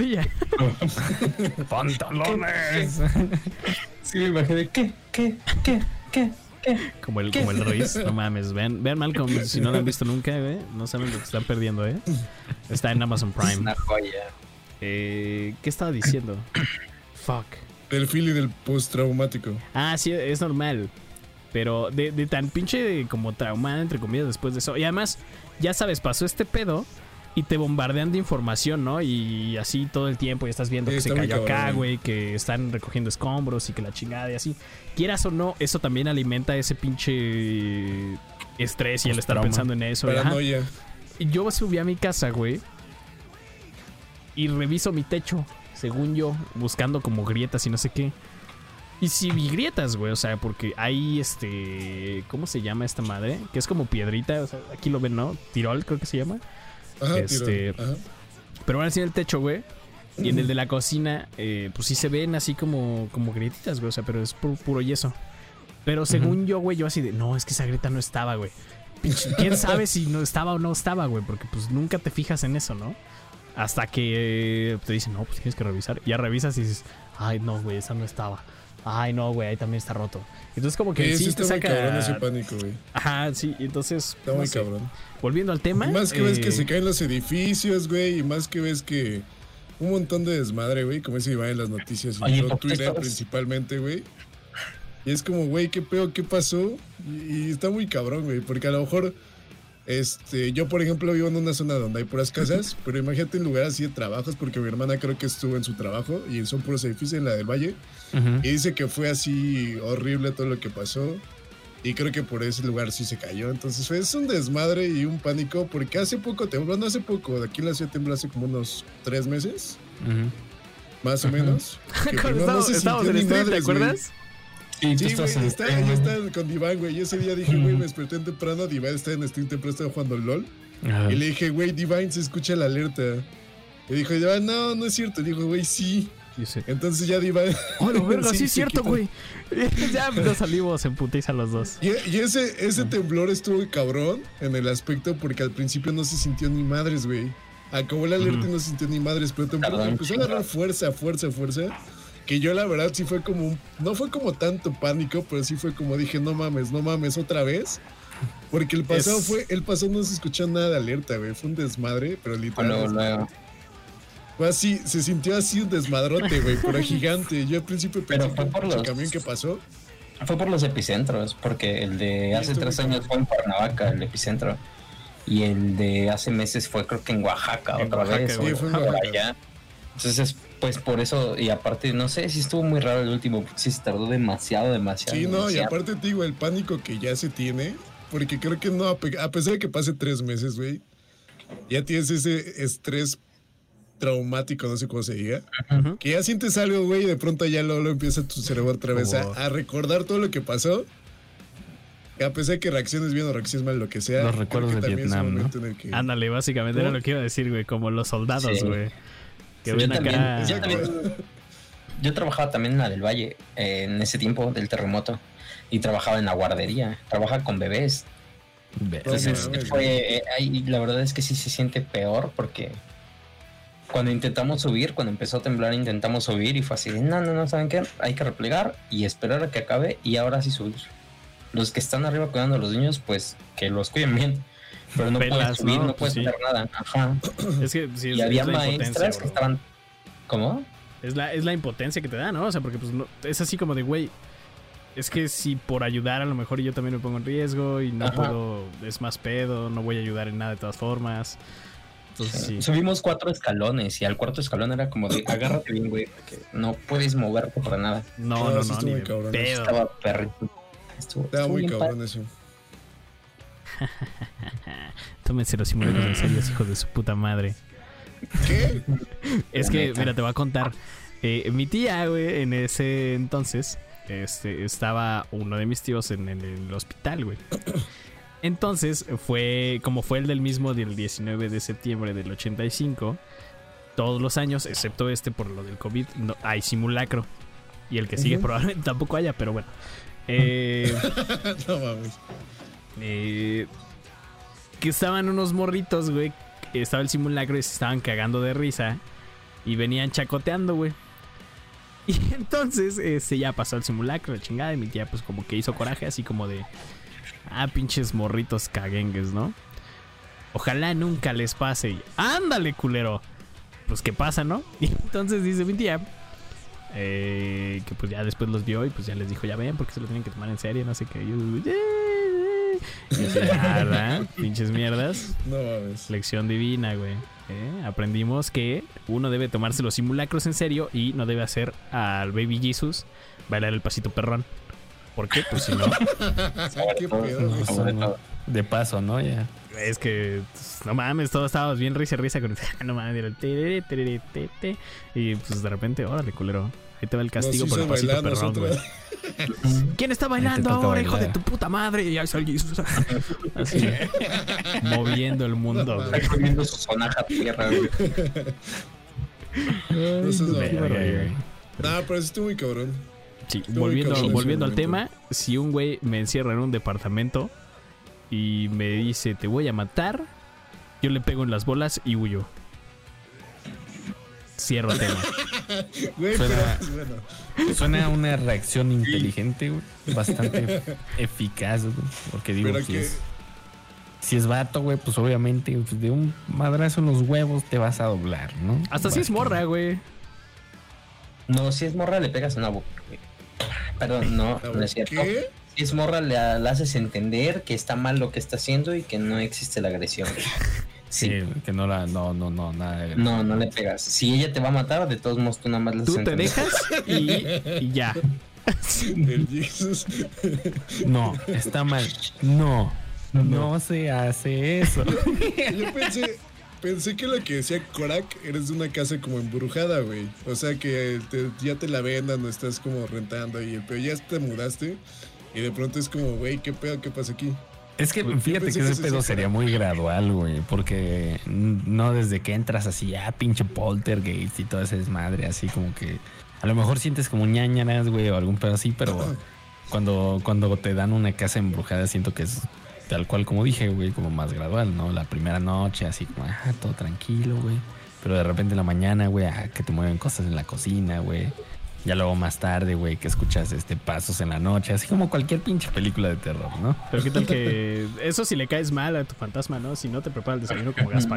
¡Pantalones! Sí, me imaginé. ¿Qué? Como el Ruiz. No mames. Vean Malcolm. Si no lo han visto nunca, güey. No saben lo que están perdiendo, ¿eh? Está en Amazon Prime. Es una joya. ¿Qué estaba diciendo? Fuck. El feeling del postraumático. Ah, sí, es normal. Pero de tan pinche como traumada, entre comillas, después de eso. Y además, ya sabes, pasó este pedo y te bombardean de información, ¿no? Y así todo el tiempo y estás viendo que se cayó acá, güey, que están recogiendo escombros y que la chingada y así. Quieras o no, eso también alimenta ese pinche estrés y el estar pensando en eso. Paranoia. Y yo subí a mi casa, güey, y reviso mi techo, según yo, buscando como grietas y no sé qué. Y sí vi grietas, güey, o sea, porque hay ¿cómo se llama esta madre? Que es como piedrita, o sea, aquí lo ven, ¿no? Tirol, creo que se llama. Ajá, tirol. Ajá. Pero van así en el techo, güey. Y en el de la cocina, pues sí se ven así como grietitas, güey, o sea, pero es puro yeso. Pero según yo, güey, yo así de, no, es que esa grieta no estaba, güey. ¿Quién sabe si no estaba o no estaba, güey? Porque pues nunca te fijas en eso, ¿no? Hasta que te dicen, no, pues tienes que revisar. Y ya revisas y dices, ay, no, güey, esa no estaba. Ay, no, güey, ahí también está roto. Entonces como que sí te saca... muy cabrón ese pánico, güey. Ajá, sí, entonces... Está muy cabrón. Volviendo al tema... Más que ves que se caen los edificios, güey, y más que ves que un montón de desmadre, güey, como ese iba en las noticias y en Twitter principalmente, güey. Y es como, güey, ¿qué pedo? ¿Qué pasó? Y está muy cabrón, güey, porque a lo mejor... yo, por ejemplo, vivo en una zona donde hay puras casas, pero imagínate un lugar así de trabajos, porque mi hermana creo que estuvo en su trabajo y son puros edificios en la del Valle. Y dice que fue así horrible todo lo que pasó. Y creo que por ese lugar sí se cayó. Entonces es un desmadre y un pánico, porque hace poco tembló, de aquí en la ciudad tembló hace como unos 3 meses. Más o menos. Estábamos en stream, ¿te acuerdas? Sí, güey, estaba con Diván, güey. Y ese día dije, güey, me desperté temprano. Diván estaba en stream temprano, estaba jugando LOL. Y le dije, güey, Diván, se escucha la alerta. Y dijo, Diván, no es cierto. Dijo, güey, sí. Entonces ya Diván. Oh, no, verga, sí es cierto, güey. Ya nos salimos en putiza los dos. Y ese temblor estuvo cabrón en el aspecto porque al principio no se sintió ni madres, güey. Acabó la alerta y no se sintió ni madres, pero empezó a agarrar fuerza. Que yo la verdad sí fue como no fue como tanto pánico, pero sí fue como dije, no mames, otra vez. Porque el pasado no se escuchó nada de alerta, güey. Fue un desmadre, pero literalmente. Fue así, se sintió así un desmadrote, güey, pero gigante. Yo al principio pensé que el camión que pasó. Fue por los epicentros, porque el de hace 3 años fue en Cuernavaca, el epicentro. Y el de hace meses fue creo que en Oaxaca, otra vez. Sí, fue en Oaxaca. Entonces, pues por eso, y aparte, no sé si estuvo muy raro el último, porque sí se tardó demasiado. Sí, no, y aparte te digo, el pánico que ya se tiene, porque creo que no, a pesar de que pase 3 meses, güey, ya tienes ese estrés traumático, no sé cómo se diga, que ya sientes algo, güey, y de pronto ya lo empieza tu cerebro otra vez a recordar todo lo que pasó. A pesar de que reacciones bien o reacciones mal, lo que sea. Los recuerdos de Vietnam, ¿no? Ándale, básicamente era lo que iba a decir, güey, como los soldados, güey. Que ven acá. Yo trabajaba también en la del Valle, en ese tiempo del terremoto, y trabajaba en la guardería, trabajaba con bebés. Entonces la verdad es que sí se siente peor porque cuando intentamos subir, cuando empezó a temblar intentamos subir y fue así, no, ¿saben qué? Hay que replegar y esperar a que acabe y ahora sí subir. Los que están arriba cuidando a los niños, pues que los cuiden bien, pero no pueden subir, no pueden hacer nada. Ajá. Es que sí, y había maestras que estaban... ¿Cómo? Es la impotencia que te da, ¿no? O sea, porque pues no, es así como de, güey, es que si por ayudar a lo mejor yo también me pongo en riesgo y no puedo, es más pedo, no voy a ayudar en nada de todas formas. Entonces, sí. Subimos 4 escalones y al 4.º escalón era como de agárrate bien, güey, porque no puedes moverte para nada. No, ni de pedo. Estaba perrito. Estaba muy cabrón eso. Tómense los simuladores en serio, hijos de su puta madre. ¿Qué? Es que, mira, te voy a contar. Mi tía, güey, en ese entonces, estaba uno de mis tíos en el hospital, güey. Entonces, fue el del mismo del 19 de septiembre del 85. Todos los años, excepto por lo del COVID, no, hay simulacro. Y el que sigue probablemente tampoco haya, pero bueno. No mames. Que estaban unos morritos, güey. Estaba el simulacro y se estaban cagando de risa. Y venían chacoteando, güey. Y entonces ya pasó el simulacro, la chingada. Y mi tía pues como que hizo coraje, así como de... pinches morritos caguengues, ¿no? Ojalá nunca les pase. Y, ándale, culero. Pues qué pasa, ¿no? Y entonces dice mi tía... que pues ya después los vio y pues ya les dijo, ya ven, porque se lo tienen que tomar en serio, no sé qué. Y así, nada, pinches mierdas. No mames. Lección divina, güey. Aprendimos que uno debe tomarse los simulacros en serio y no debe hacer al Baby Jesus bailar el pasito perrón. ¿Por qué? Pues si no. ¿Qué pedo? De paso, ¿no? Ya. Es que, no mames, todos estábamos bien risa con no mames, y pues de repente, órale, culero. Ahí te va el castigo por el pasito perrón, güey. ¿Quién está bailando ahora, hijo de tu puta madre? Y ahí salió así, moviendo el mundo, güey. Está comiendo su sonaja a tierra, güey. No, pero eso estuvo muy cabrón. Sí, volviendo al tema, si un güey me encierra en un departamento y me dice, te voy a matar, yo le pego en las bolas y huyo. Cierro el tema. Güey, suena una reacción inteligente, güey. Bastante eficaz, güey. Porque digo, si es vato, güey, pues obviamente pues de un madrazo en los huevos te vas a doblar, ¿no? Hasta si es morra, güey. No, si es morra le pegas una boca, güey. Perdón, no es cierto. ¿Qué? Si es morra le haces entender que está mal lo que está haciendo y que no existe la agresión. Sí, que no, nada de agresión. No le pegas. Si ella te va a matar, de todos modos tú nada más le haces tú te entender. Dejas y ya. El Jesus. No, está mal. No se hace eso. Yo pensé que lo que decía Korak eres de una casa como embrujada, güey. O sea que ya te la vendan o estás como rentando y pero ya te mudaste y de pronto es como, güey, ¿qué pedo? ¿Qué pasa aquí? Es que fíjate que ese pedo sería muy gradual, güey, porque no desde que entras así, pinche poltergeist y todo ese desmadre, así como que a lo mejor sientes como ñañaras, güey, o algún pedo así, pero cuando te dan una casa embrujada siento que es tal cual como dije, güey, como más gradual, ¿no? La primera noche así como, todo tranquilo, güey, pero de repente en la mañana, güey, que te mueven cosas en la cocina, güey. Ya luego más tarde, güey, que escuchas pasos en la noche, así como cualquier pinche película de terror, ¿no? Pero qué tal que eso si le caes mal a tu fantasma, ¿no? Si no te prepara el desayuno como Gasparín.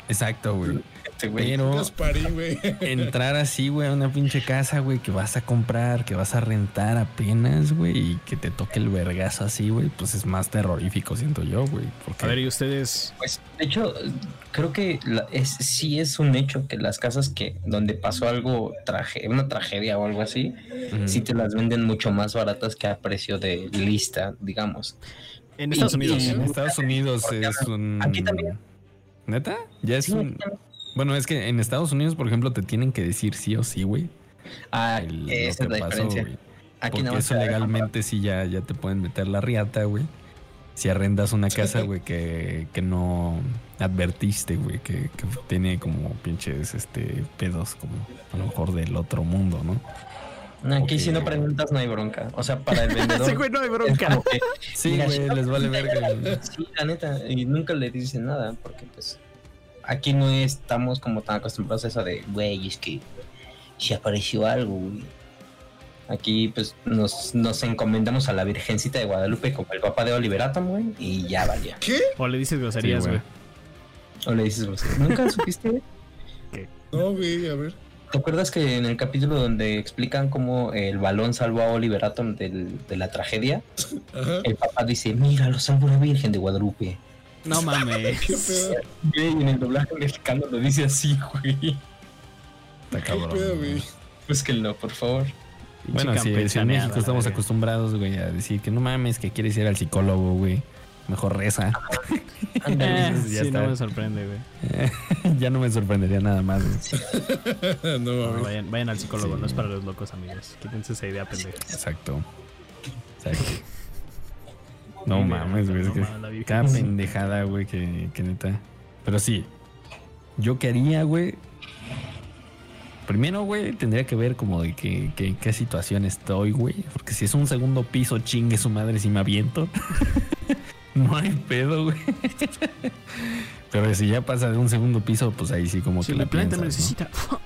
Exacto, güey. Güey. Pero Gasparín, güey. entrar así, güey, a una pinche casa, güey, que vas a comprar, que vas a rentar apenas, güey, y que te toque el vergazo así, güey, pues es más terrorífico, siento yo, güey. Porque... A ver, ¿y ustedes? Pues, de hecho, creo que sí es un hecho que las casas donde pasó algo, una tragedia o algo así, sí te las venden mucho más baratas que a precio de lista, digamos. En Estados Unidos. En Estados Unidos es un... Aquí también. ¿Neta? Ya es un... Bueno, es que en Estados Unidos, por ejemplo, te tienen que decir sí o sí, güey. Esa es la diferencia. Güey. Aquí porque eso legalmente sí ya te pueden meter la riata, güey. Si arrendas una casa, güey, que no advertiste, güey, que tiene como pinches pedos como a lo mejor del otro mundo, ¿no? Aquí okay. Si no preguntas no hay bronca. O sea, para el vendedor... Sí, güey, no hay bronca. Sí, güey, les vale verga. Sí, la neta. Y nunca le dicen nada porque pues... Aquí no estamos como tan acostumbrados a eso de, güey, es que si apareció algo, güey. Aquí, pues, nos encomendamos a la Virgencita de Guadalupe como el papá de Oliver Atom, güey, y ya vaya. ¿Qué? O le dices groserías, güey. O le dices groserías. ¿Nunca supiste, güey? ¿Qué? No, güey, a ver. ¿Te acuerdas que en el capítulo donde explican cómo el balón salvó a Oliver Atom de la tragedia? Ajá. El papá dice, mira, lo salvó la Virgen de Guadalupe. No mames. ¿Qué pedo? Güey, en el doblaje mexicano lo dice así, güey. Está cabrón. ¿Qué pedo, güey? Búsquenlo, por favor. Bueno, si en México estamos acostumbrados, güey, a decir que no mames, que quieres ir al psicólogo, güey. Mejor reza. Ya sí, no me sorprende, güey. Ya no me sorprendería nada más, güey. No, vayan al psicólogo, Sí. No es para los locos, amigos. Quítense esa idea pendeja. Exacto. No mames, güey. Es que cada pendejada, güey, que neta. Pero sí, yo qué haría, güey. Primero, güey, tendría que ver como de qué situación estoy, güey. Porque si es un segundo piso, chingue su madre si me aviento. No hay pedo, güey. Pero si ya pasa de un segundo piso, pues ahí sí como si que la la planta me piensas, necesita. ¿no?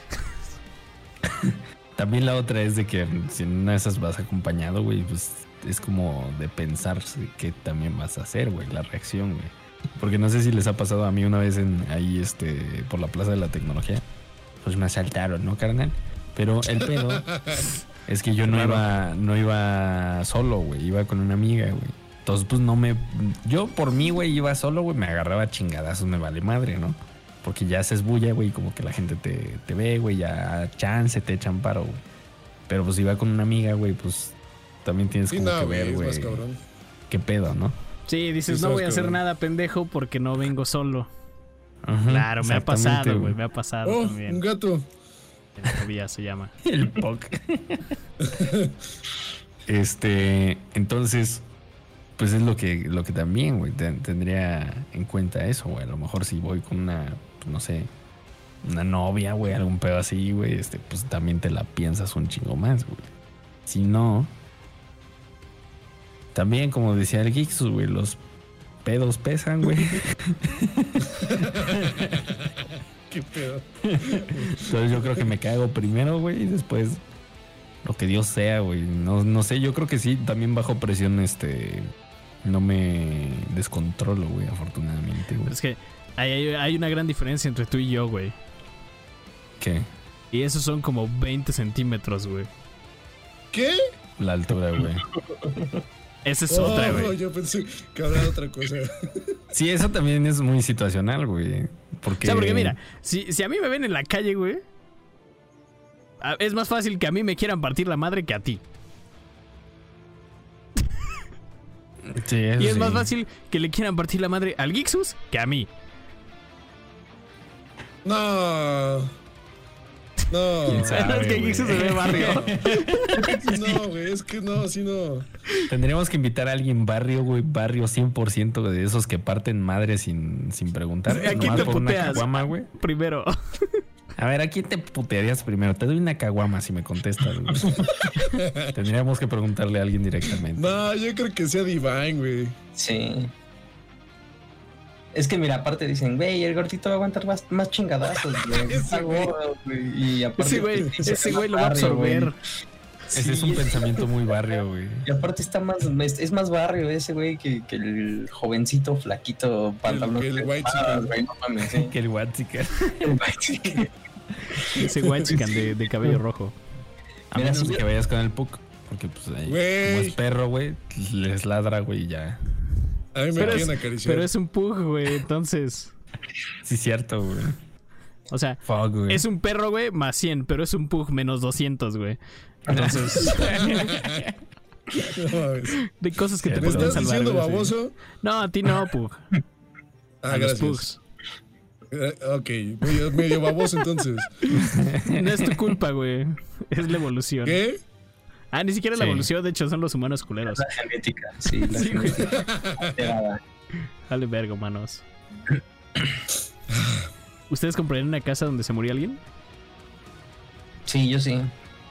También la otra es de que si en una de esas vas acompañado, güey, pues es como de pensar qué también vas a hacer, güey, la reacción, güey. Porque no sé si les ha pasado a mí una vez ahí por la Plaza de la Tecnología. Pues me asaltaron, ¿no, carnal? Pero el pedo es que yo no iba solo, güey. Iba con una amiga, güey. Entonces, pues yo por mí, güey, iba solo, güey. Me agarraba chingadazos, me vale madre, ¿no? Porque ya haces bulla, güey. Como que la gente te ve, güey. Ya chance, te echan paro, güey. Pero pues iba con una amiga, güey. Pues también tienes como que ver, güey. Qué pedo, ¿no? Sí, dices, no voy a hacer nada, pendejo, porque no vengo solo. Ajá, claro, me ha pasado, güey. Me ha pasado también. Un gato. En la vía se llama. El POC. Entonces, pues es lo que también, güey, tendría en cuenta eso, güey. A lo mejor si voy con una, no sé, una novia, güey, algún pedo así, güey, pues también te la piensas un chingo más, güey. Si no, también, como decía el Geeksus, güey, los pedos pesan, güey. Qué pedo. Entonces yo creo que me cago primero, güey, y después lo que Dios sea, güey. No sé, yo creo que sí, también bajo presión, no me descontrolo, güey, afortunadamente, güey. Es que hay una gran diferencia entre tú y yo, güey. ¿Qué? Y esos son como 20 centímetros, güey. ¿Qué? La altura, güey. Esa es otra, güey. Yo pensé que hablaba de otra cosa. Sí, eso también es muy situacional, güey. Porque... O sea, porque mira, si a mí me ven en la calle, güey, es más fácil que a mí me quieran partir la madre que a ti. Sí, y es más fácil que le quieran partir la madre al Geeksus que a mí. No, es que Geeksus se ve barrio. No, güey, es que no, así no. Tendríamos que invitar a alguien barrio, güey, barrio 100% de esos que parten madre sin preguntar. ¿A quién te por una puteas? caguama, güey. Primero. A ver, ¿a quién te putearías primero? Te doy una caguama si me contestas, güey. Tendríamos que preguntarle a alguien directamente. No, yo creo que sea Divine, güey. Sí. Es que mira, aparte dicen, güey, el gordito va a aguantar más chingadazos, güey. Está gordo, güey. Y aparte, Ese güey lo va a absorber. Ese es un pensamiento muy barrio, güey. Y aparte es más barrio ese, güey, que el jovencito flaquito pantalón. Que el white chicken. Güey, no mames, sí. Que el white chicken. El white chicken. Ese white chicken de cabello rojo. A menos que vayas con el Puck. Porque pues ahí, como es perro, güey, les ladra, güey, y ya. A mí me quieren acariciar. Pero es un pug, güey, entonces. Sí, cierto, güey. O sea, Fuck, es un perro, güey, más 100, pero es un pug menos 200, güey. Entonces. No, de cosas que te ¿me pueden estás salvar. diciendo güey, baboso? sí. No, a ti no, pug. Ah, a gracias. los pugs. Ok, medio baboso entonces. No es tu culpa, güey. Es la evolución. ¿Qué? Ah, ni siquiera la evolución, de hecho, son los humanos culeros. La genética, sí, la genética alterada. Dale vergo, manos. ¿Ustedes comprarían una casa donde se murió alguien? Sí, yo sí.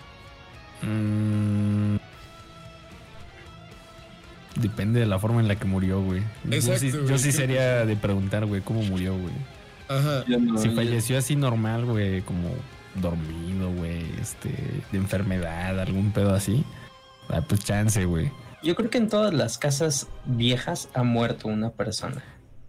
Depende de la forma en la que murió, güey. Exacto, Yo sí sería de preguntar, güey, cómo murió, güey. Ajá. Si falleció así normal, güey, como dormido, güey, de enfermedad, algún pedo así, pues chance, güey. Yo creo que en todas las casas viejas ha muerto una persona.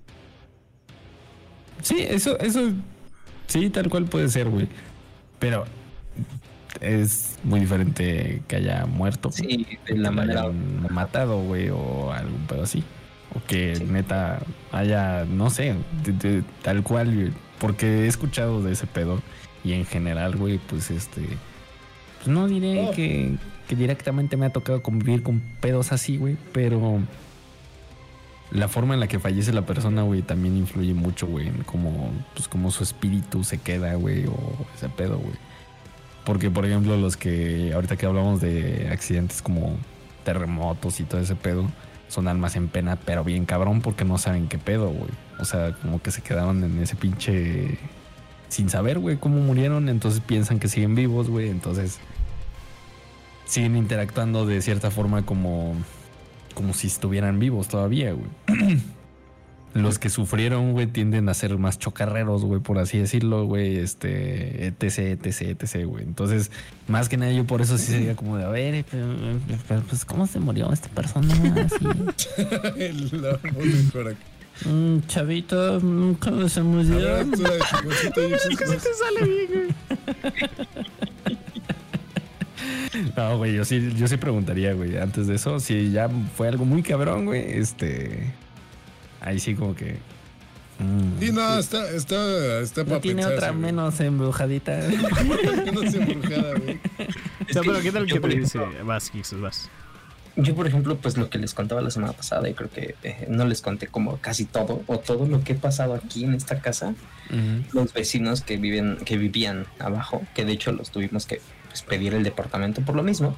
Sí, eso, sí, tal cual puede ser, güey. Pero es muy diferente que haya muerto. Sí, de la manera matado, güey, o algún pedo así. O que neta haya, no sé, tal cual, güey. Porque he escuchado de ese pedo. Y en general, güey, pues pues no diré que directamente me ha tocado convivir con pedos así, güey, pero la forma en la que fallece la persona, güey, también influye mucho, güey, en cómo su espíritu se queda, güey, o ese pedo, güey. Porque, por ejemplo, los que ahorita que hablamos de accidentes como terremotos y todo ese pedo, son almas en pena, pero bien cabrón, porque no saben qué pedo, güey. O sea, como que se quedaron en ese pinche sin saber, güey, cómo murieron, entonces piensan que siguen vivos, güey, entonces siguen interactuando de cierta forma como si estuvieran vivos todavía, güey. Los que sufrieron, güey, tienden a ser más chocarreros, güey, por así decirlo, güey, etc, güey. Entonces, más que nada yo por eso sí sería como de, a ver, pero pues, ¿cómo se murió esta persona? La mejor acá. Chavito, ¿cómo se murió? Es que se te sale bien, güey. No, güey, yo sí preguntaría, güey, antes de eso, si ya fue algo muy cabrón, güey, ahí sí como que... Sí, no, está no para tiene pensar, otra güey. menos embrujadita. Menos embrujada, güey. No, pero ¿qué tal que te dice? Vas, Kixos, vas. Yo, por ejemplo, pues lo que les contaba la semana pasada, y creo que no les conté como casi todo, o todo lo que he pasado aquí en esta casa. Los vecinos que vivían abajo, que de hecho los tuvimos que pedir el departamento por lo mismo,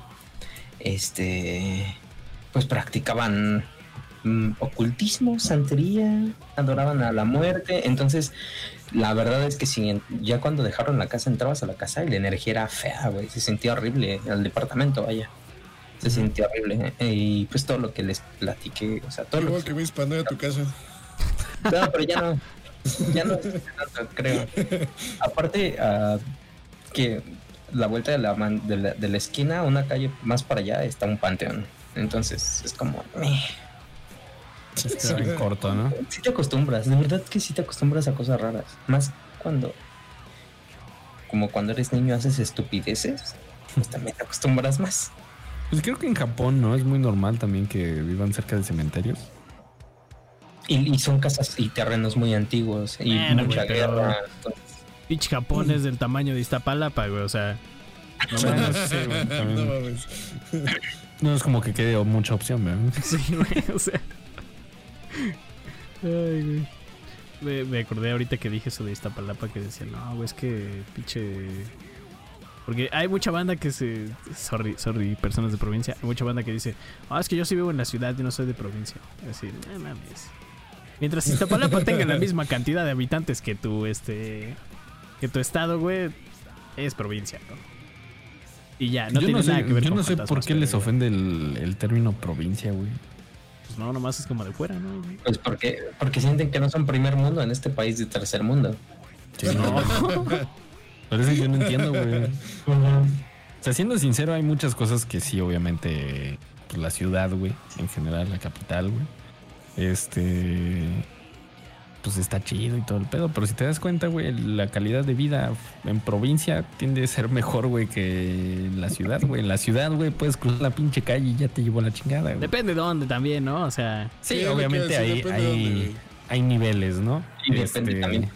pues practicaban ocultismo, santería, adoraban a la muerte. Entonces, la verdad es que ya cuando dejaron la casa, entrabas a la casa y la energía era fea, güey, se sentía horrible al departamento, vaya. Se sintió horrible, y pues todo lo que les platiqué, o sea, todo Igual lo que me expandé a tu casa. No, pero ya no tanto, creo. Aparte, que la vuelta de la esquina, una calle más para allá, está un panteón. Entonces es como... Está bien corto, ¿no? Sí te acostumbras, de verdad que sí te acostumbras a cosas raras. Más como cuando eres niño haces estupideces, pues también te acostumbras más. Pues creo que en Japón, ¿no? Es muy normal también que vivan cerca de cementerios. Y son casas y terrenos muy antiguos y mucha guerra. Pinche Japón es del tamaño de Iztapalapa, güey, o sea... No mames. No es como que quede mucha opción, ¿verdad? Sí, güey, o sea... Ay, güey. Me acordé ahorita que dije eso de Iztapalapa, que decía, no, güey, es que pinche... Porque hay mucha banda que se... Sorry, personas de provincia. Hay mucha banda que dice, es que yo sí vivo en la ciudad y no soy de provincia. Es decir, no mames. Mientras Iztapalapa tenga la misma cantidad de habitantes que tu estado, güey, es provincia, ¿no? Y ya, no tiene nada que ver con... Yo no sé por qué les ofende el término provincia, güey. Pues no, nomás es como de fuera, ¿no? Pues porque sienten que no son primer mundo en este país de tercer mundo. Sí, no. Por eso yo no entiendo, güey. sea, siendo sincero, hay muchas cosas que sí, obviamente, pues la ciudad, güey, en general, la capital, güey. Pues está chido y todo el pedo. Pero si te das cuenta, güey, la calidad de vida en provincia tiende a ser mejor, güey, que en la ciudad, güey. En la ciudad, güey, puedes cruzar la pinche calle y ya te llevó la chingada, güey. Depende de dónde también, ¿no? O sea... Sí, obviamente hay niveles, ¿no? Y depende también.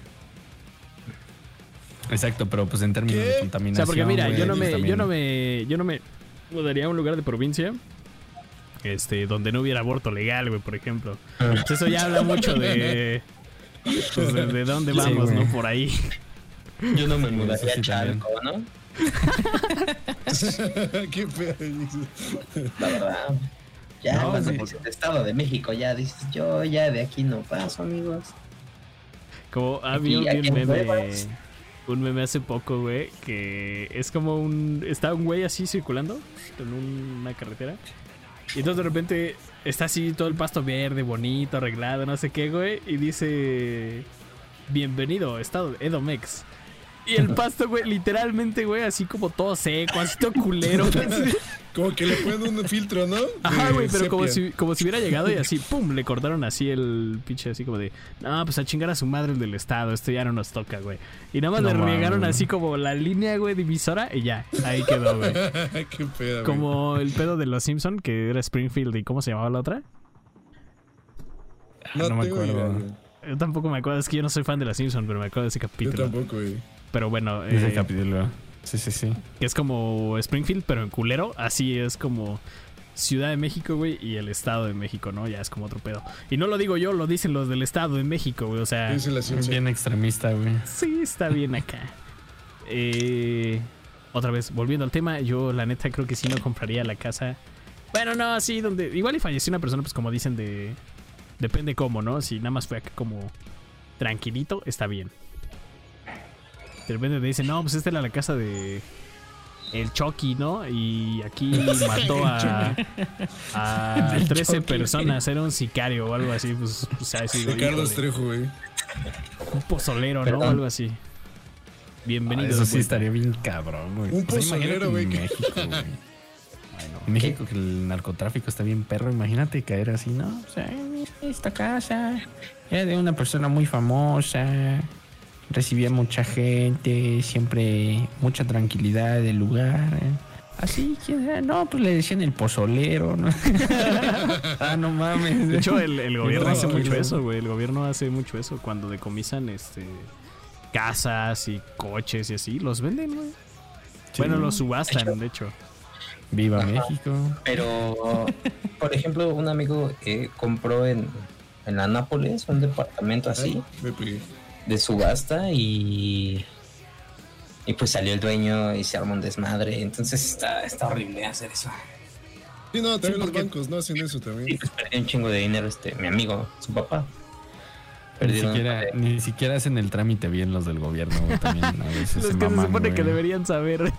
Exacto, pero pues en términos de contaminación... O sea, porque mira, güey, yo no me mudaría a un lugar de provincia... donde no hubiera aborto legal, güey, por ejemplo. Pues eso ya habla mucho de... Pues de dónde vamos, sí, ¿no? Por ahí. Yo no me mudaría a Chalco, ¿no? Qué feo. La verdad. Ya, no, cuando pues el Estado de México ya dices, yo ya de aquí no paso, amigos. Como había un meme hace poco, güey, que es como está un güey así circulando en una carretera. Y entonces de repente está así todo el pasto verde, bonito, arreglado, no sé qué, güey. Y dice, bienvenido, estado Edomex. Y el pasto, güey, literalmente, güey, así como todo seco, así todo culero. Como que le ponen un filtro, ¿no? Ajá, güey, pero como si hubiera llegado y así, pum, le cortaron así el pinche, así como de, no, pues a chingar a su madre el del estado, esto ya no nos toca, güey. Y nada más le regaron así como la línea, güey, divisora y ya, ahí quedó, güey. Qué pedo, como el pedo de los Simpson, que era Springfield y ¿cómo se llamaba la otra? No me acuerdo. Idea, yo tampoco me acuerdo, es que yo no soy fan de los Simpson, pero me acuerdo de ese capítulo. Yo tampoco, güey. Pero bueno, ese capítulo. Sí. Que es como Springfield, pero en culero. Así es como Ciudad de México, güey, y el Estado de México, ¿no? Ya es como otro pedo. Y no lo digo yo, lo dicen los del Estado de México, güey. O sea, es bien extremista, güey. Sí, está bien acá. Otra vez, volviendo al tema, yo la neta creo que sí no compraría la casa. Bueno, no, así donde... Igual y falleció una persona, pues como dicen de... Depende cómo, ¿no? Si nada más fue acá como tranquilito, está bien. De repente te dicen, no, pues esta era la casa de el Chucky, ¿no? Y aquí mató a 13 personas, era un sicario o algo así, pues o sea, así, Carlos Trejo, güey. Un pozolero, ¿no? O algo así. Bienvenido. Eso sí estaría bien cabrón, güey. Un pozolero, güey. En México, güey. Bueno, en México que el narcotráfico está bien perro, imagínate caer así, ¿no? O sea, esta casa era de una persona muy famosa. Recibía mucha gente, siempre mucha tranquilidad del lugar. Así, ¿quién era? No, pues le decían el pozolero, ¿no? No mames. De hecho, el gobierno hace mucho eso, güey. El gobierno hace mucho eso. Cuando decomisan casas y coches y así, los venden, güey. Sí. Bueno, los subastan, de hecho. ¡Viva México! Pero, por ejemplo, un amigo compró en la Nápoles un departamento así. De subasta y pues salió el dueño y se armó un desmadre. Entonces está horrible hacer eso. Sí, no, también los bancos no hacen eso también. Sí, pues perdió un chingo de dinero mi amigo, su papá. Ni siquiera hacen el trámite bien los del gobierno, también a veces los que se supone que deberían saber.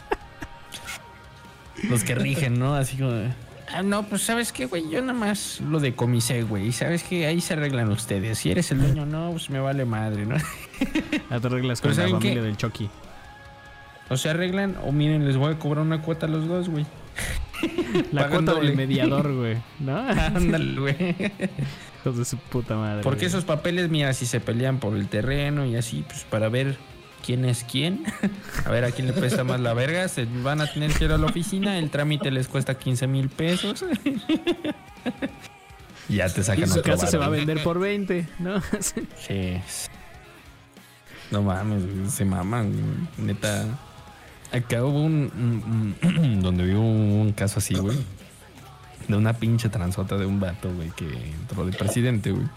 Los que rigen, ¿no? Así como... no, pues ¿sabes qué, güey? Yo nada más lo decomisé, güey. ¿Sabes qué? Ahí se arreglan ustedes. Si eres el dueño, no, pues me vale madre, ¿no? Ya te arreglas con la familia del Chucky. O se arreglan, o miren, les voy a cobrar una cuota a los dos, güey. La cuota del mediador, güey, ¿no? Ándale, güey. Hijos de su puta madre. Porque esos papeles, mira, si se pelean por el terreno y así, pues para ver quién es quién. A ver a quién le pesa más la verga. Se van a tener que ir a la oficina. El trámite les cuesta 15,000 pesos. Y ya te sacan y su casa se va a vender por 20, ¿no? Sí. No mames, se maman, neta. Acá hubo donde vi un caso así, güey. De una pinche transota de un vato, güey, que entró de presidente, güey.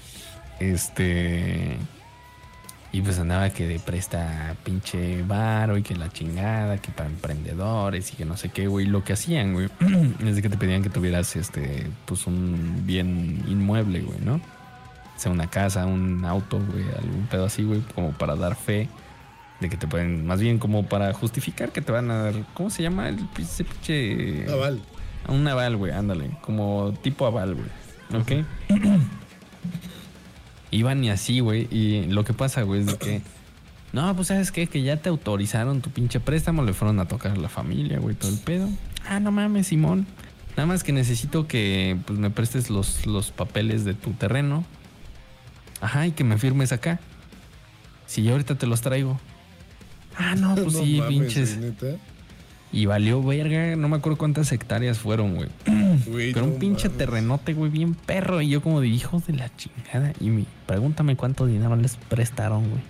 Y pues andaba que de presta pinche varo y que la chingada, que para emprendedores y que no sé qué, güey. Lo que hacían, güey, es de que te pedían que tuvieras, pues un bien inmueble, güey, ¿no? O sea, una casa, un auto, güey, algún pedo así, güey, como para dar fe de que te pueden, más bien como para justificar que te van a dar, ¿cómo se llama? Ese pinche... Aval. Un aval, güey, ándale, como tipo aval, güey, ¿ok? Iban y así, güey, y lo que pasa, güey, es de que No, pues ¿sabes qué? Que ya te autorizaron tu pinche préstamo, le fueron a tocar a la familia, güey, todo el pedo. Ah, no mames, Simón. Nada más que necesito que pues me prestes los papeles de tu terreno. Ajá, y que me firmes acá. Si yo ahorita te los traigo. Ah, no, pues no sí, mames, pinches. Y valió verga, no me acuerdo cuántas hectáreas fueron, güey. Pero un pinche terrenote, güey, bien perro. Y yo como de hijos de la chingada. Y pregúntame cuánto dinero les prestaron, güey.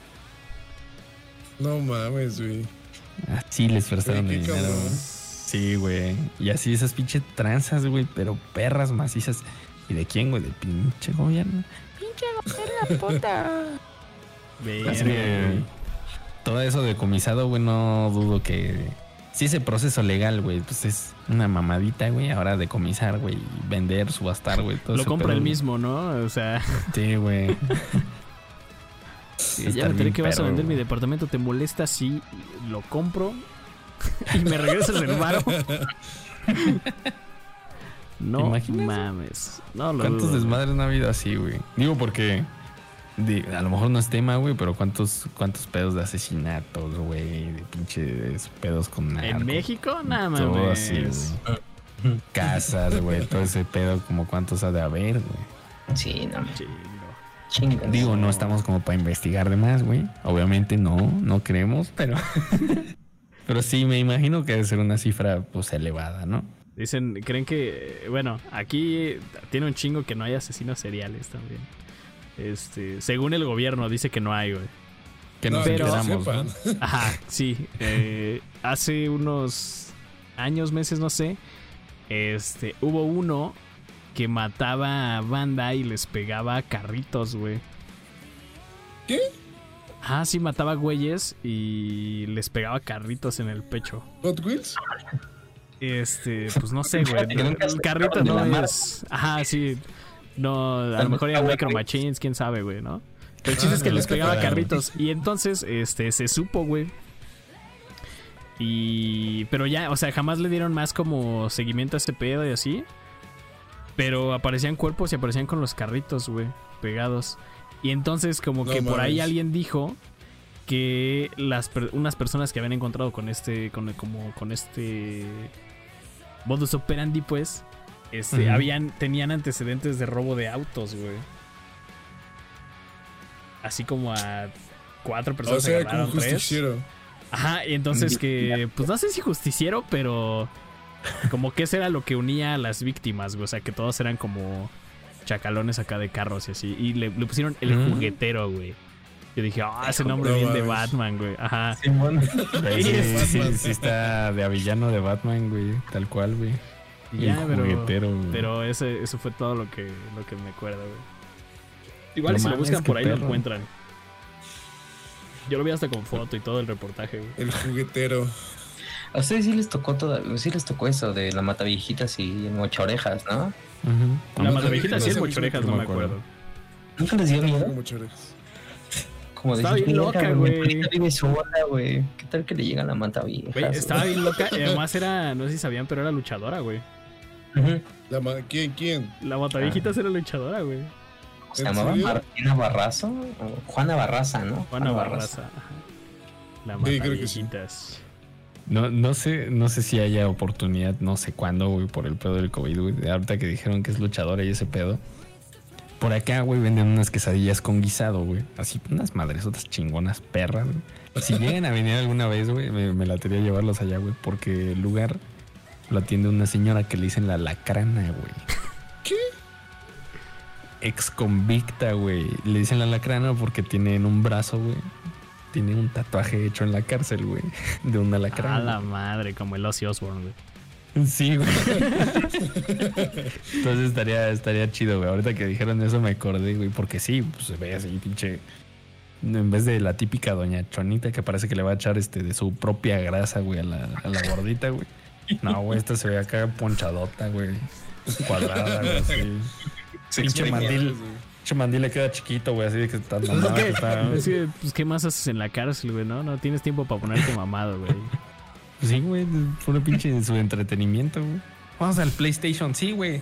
No mames, güey. Así les prestaron el dinero, güey. Sí, güey. Y así esas pinches tranzas, güey, pero perras macizas. ¿Y de quién, güey? Del pinche gobierno. Pinche gobierno, puta. Verga. Todo eso decomisado, güey, no dudo que... Si ese proceso legal, güey, pues es una mamadita, güey. Ahora decomisar, güey, vender, subastar, güey. Lo compra el mismo, ¿no? O sea... Sí, güey. Sí, ya me enteré que vas a vender mi departamento. ¿Te molesta si lo compro y me regresas el varo? No mames. No, ¿cuántos desmadres no ha habido así, güey? Digo porque... a lo mejor no es tema, güey, pero ¿cuántos pedos de asesinatos, güey? De pinches pedos con narco. ¿En México? Nada más. Todo así, güey. Casas, güey, todo ese pedo, como cuántos ha de haber, güey. Sí, no. Chingas. Digo, no estamos como para investigar de más, güey. Obviamente no creemos, pero... pero sí, me imagino que debe ser una cifra, pues, elevada, ¿no? Creen que... Bueno, aquí tiene un chingo que no hay asesinos seriales también. Según el gobierno dice que no hay, güey. Que nos enteramos, ¿no? Ajá, sí. Hace unos años, meses, no sé. Hubo uno que mataba a banda y les pegaba carritos, güey. ¿Qué? Ah, sí, mataba güeyes y les pegaba carritos en el pecho. ¿Hot Wheels? Pues no sé, güey. El carrito no es... Ajá, sí. No, a lo mejor eran Micro Machines, quién sabe, güey, ¿no? Pero el chiste es que les pegaba carritos. Y entonces, se supo, güey. Pero ya, o sea, jamás le dieron más como seguimiento a este pedo y así. Pero aparecían cuerpos y aparecían con los carritos, güey, pegados. Y entonces como que por ahí alguien dijo que unas personas que habían encontrado con este modus operandi, pues, tenían antecedentes de robo de autos, güey. Así como a 4 personas. O sea, como justiciero. Ajá, y entonces que, pues no sé si justiciero, pero como que eso era lo que unía a las víctimas, güey. O sea, que todos eran como chacalones acá de carros y así. Y le pusieron el juguetero, güey. Yo dije, ese nombre bien de Batman, güey. Ajá. Sí, está de avillano de Batman, güey. Tal cual, güey. Ya, pero eso fue todo lo que me acuerdo, güey. Igual si lo buscan por ahí lo encuentran. Yo lo vi hasta con foto y todo el reportaje, güey. El juguetero. A ustedes sí les tocó eso de la Mataviejitas y el Mochaorejas, ¿no? La Mataviejitas sí, el Mochaorejas no me acuerdo. ¿Nunca les dio miedo? Como estaba bien loca, güey. Vive sola, güey. ¿Qué tal que le llega la Mataviejas? Güey, estaba bien loca y además era, no sé si sabían, pero era luchadora, güey. ¿Quién? La Mataviejitas era luchadora, güey. ¿Se llamaba Martina Barraza? Juana Barraza, ¿no? Juana Barraza. La Mataviejitas. No sé si haya oportunidad, no sé cuándo, güey, por el pedo del COVID, güey. Ahorita que dijeron que es luchadora y ese pedo. Por acá, güey, venden unas quesadillas con guisado, güey. Así, unas madresotas chingonas, perras, güey. Si llegan a venir alguna vez, güey, me la quería llevarlos allá, güey. Porque el lugar lo atiende una señora que le dicen la lacrana, güey. ¿Qué? Ex convicta, güey. Le dicen la lacrana porque tiene en un brazo, güey. Tiene un tatuaje hecho en la cárcel, güey. De una lacrana. A la madre, como el Ozzy Osbourne, güey. Sí, güey. Entonces estaría chido, güey. Ahorita que dijeron eso me acordé, güey. Porque sí, pues se ve así, pinche. En vez de la típica doña Chonita que parece que le va a echar de su propia grasa, güey, a la gordita, güey. No, güey, esta se ve acá ponchadota, güey. Cuadrada, güey, así. Pinche mandil. Pinche mandil le queda chiquito, güey, así de que está mamado. Es que, pues, ¿qué más haces en la cárcel, güey? No tienes tiempo para ponerte mamado, güey. Sí, güey, fue una pinche su entretenimiento, güey. Vamos al PlayStation, sí, güey.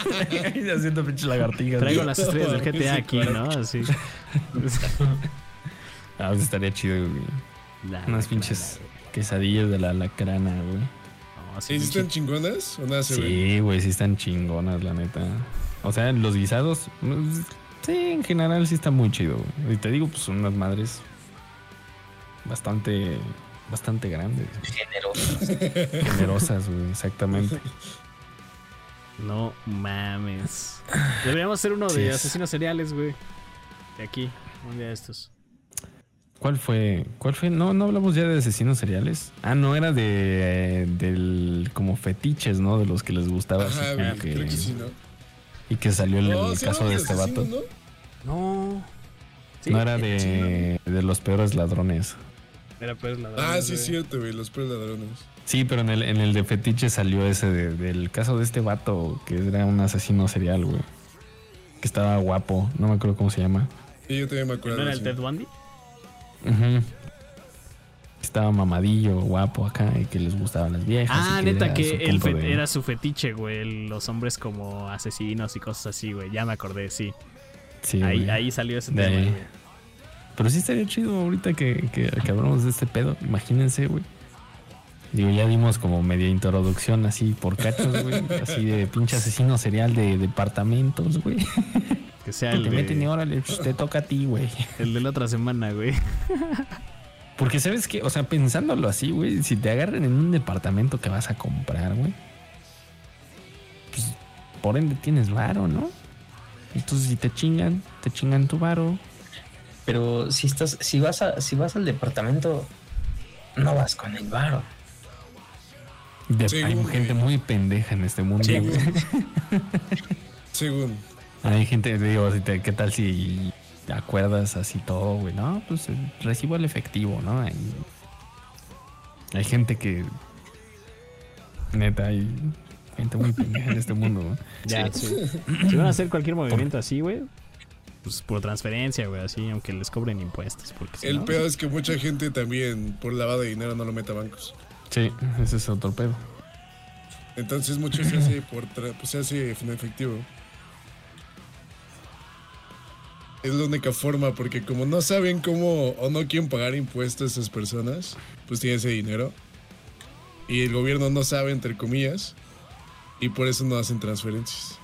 Haciendo pinche lagartijas. Traigo las estrellas del GTA aquí, ¿no? Así. Pues estaría chido, güey. Unas pinches quesadillas de la alacrana, güey. No, ¿sí están chingonas o nada se ven? Sí, güey, sí están chingonas, la neta. O sea, los guisados, sí, en general sí está muy chido, güey. Y te digo, pues son unas madres bastante grandes. Generosas, güey, exactamente. No mames. Deberíamos hacer uno de asesinos seriales, güey. De aquí, un día de estos. ¿Cuál fue? No hablamos ya de asesinos seriales. No, era del como fetiches, ¿no? De los que les gustaba. Ajá, así, güey, creo que sí, ¿no? Y que salió el caso de este vato. No. ¿Sí? No era de los peores ladrones. Era peores ladrones. Sí, es cierto, güey, los peores ladrones. Sí, pero en el de fetiche salió ese del caso de este vato que era un asesino serial, güey. Que estaba guapo, no me acuerdo cómo se llama. Sí, yo también me acuerdo. ¿No era el Ted Bundy? Uh-huh. Estaba mamadillo, guapo acá y que les gustaban las viejas. Neta, que era su fetiche, güey. Los hombres como asesinos y cosas así, güey. Ya me acordé, sí. Sí, ahí salió ese tema, güey. Pero sí estaría chido ahorita que hablamos de este pedo. Imagínense, güey. Digo, ya dimos como media introducción así por cachos, güey. Así de pinche asesino serial de departamentos, güey. Que sea el te meten y órale, te toca a ti, güey. El de la otra semana, güey. Porque sabes que, o sea, pensándolo así, güey, si te agarran en un departamento que vas a comprar, güey, pues por ende tienes varo, ¿no? Entonces si te chingan tu varo. Pero si vas al departamento, no vas con el varo. Hay gente muy pendeja en este mundo. Según. Hay gente, digo, ¿qué tal si te acuerdas así todo, güey? No, pues recibo el efectivo, ¿no? Hay gente que... Neta, hay gente muy pendeja en este mundo, ¿no? Ya, sí. Si van a hacer cualquier movimiento así, güey, pues por transferencia, güey, así, aunque les cobren impuestos. Porque el peor es que mucha gente también, por lavado de dinero, no lo mete a bancos. Sí, ese es otro pedo. Entonces mucho se hace se hace en efectivo. Es la única forma, porque como no saben cómo o no quieren pagar impuestos a esas personas, pues tienen ese dinero. Y el gobierno no sabe, entre comillas, y por eso no hacen transferencias.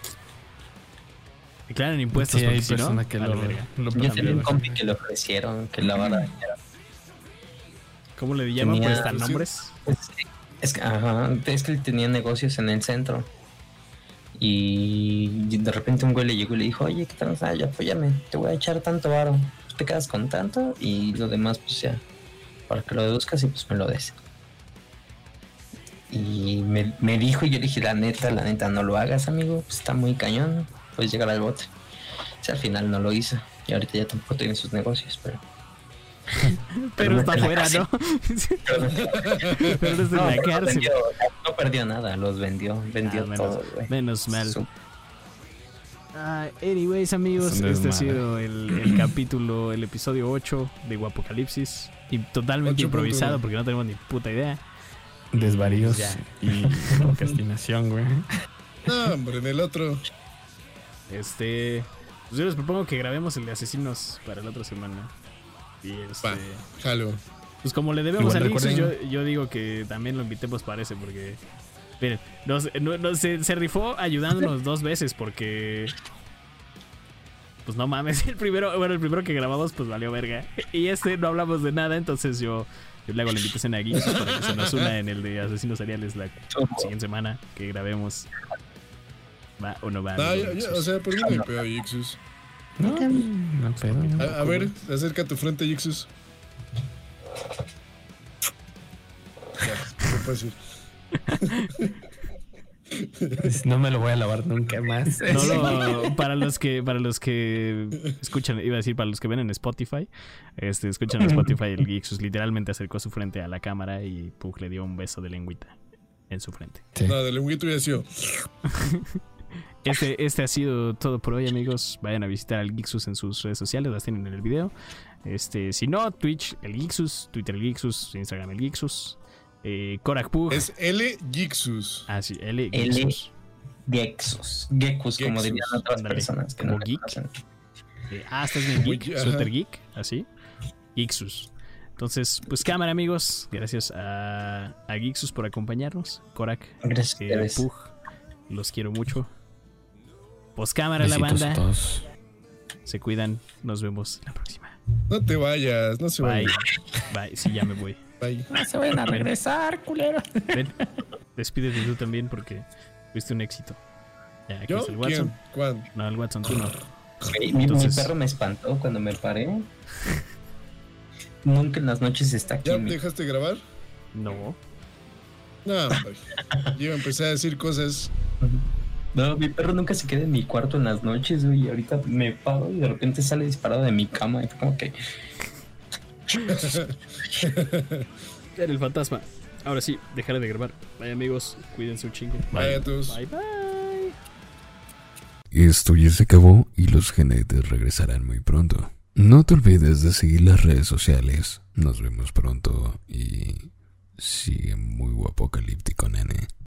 Declaran impuestos, sí, porque hay personas que lo yo tenía un compi que le ofrecieron que lavara dinero. ¿Cómo le llaman? ¿Puede estar nombres? Es que él tenía negocios en el centro. Y de repente un güey le llegó y le dijo, oye, ¿qué tal? Ya apóyame, te voy a echar tanto varo. Te quedas con tanto y lo demás, pues ya, para que lo deduzcas y pues me lo des. Y me dijo, y yo le dije, la neta, no lo hagas, amigo, pues está muy cañón, puedes llegar al bote. O sea, al final no lo hizo y ahorita ya tampoco tiene sus negocios, pero está afuera, ¿no? Pero no está en la cárcel. No perdió nada, los vendió todo, güey. Menos mal. Anyways, amigos, este ha sido el capítulo, el episodio 8 de Guapocalipsis. Y totalmente improvisado porque no tenemos ni puta idea. Desvaríos y procrastinación, güey. No, hombre, en el otro. Pues yo les propongo que grabemos el de asesinos para la otra semana. Y jalo. Pues como le debemos a Ixus, yo digo que también lo invitemos para ese, porque miren, se rifó ayudándonos 2 veces, porque pues no mames, el primero que grabamos pues valió verga, y no hablamos de nada, entonces yo le hago la invitación a Ixus para que se nos una en el de asesinos seriales la siguiente semana que grabemos. ¿Va o no va? O sea, ¿por qué no me pedo a Ixus? No pedo. A ver, acerca tu frente, Ixus. Ya, no puedes ir. No me lo voy a lavar nunca más. Para los que escuchan, iba a decir para los que ven en Spotify, escuchan en Spotify, el Ixus literalmente acercó su frente a la cámara y Pug le dio un beso de lengüita en su frente. Sí. No, de lengüita hubiera sido. Este ha sido todo por hoy, amigos. Vayan a visitar al Geeksus en sus redes sociales, las tienen en el video. Si no, Twitch el Geeksus, Twitter el Geeksus, Instagram el Geeksus, Korak Pug. Es L Geeksus. Sí, L Geeksus. Geeksus, como dirían otras personas que no geek. Estás bien geek, Super Geek, así. Gixus. Entonces, pues cámara, amigos. Gracias a Gixus por acompañarnos. Korak, Pug, los quiero mucho. Pues cámara. Besitos la banda. Se cuidan. Nos vemos la próxima. No te vayas, no se vayan. Bye. Sí, ya me voy. Bye. No se vayan a regresar, culero. Ven, despídete tú también porque fuiste un éxito. Ya, aquí está el Watson. ¿Quién? ¿Cuándo? No, el Watson, tú no. Mi perro me espantó cuando me paré. Nunca en las noches está aquí. ¿Ya dejaste de grabar? No. No, hombre. Yo empecé a decir cosas. No, mi perro nunca se queda en mi cuarto en las noches, güey. Y ahorita me paro y de repente sale disparado de mi cama. Y fue como que... Era el fantasma. Ahora sí, dejaré de grabar. Bye, amigos. Cuídense un chingo. Bye a todos. Bye. Esto ya se acabó y los genetes regresarán muy pronto. No te olvides de seguir las redes sociales. Nos vemos pronto y sigue muy guapocalíptico, nene.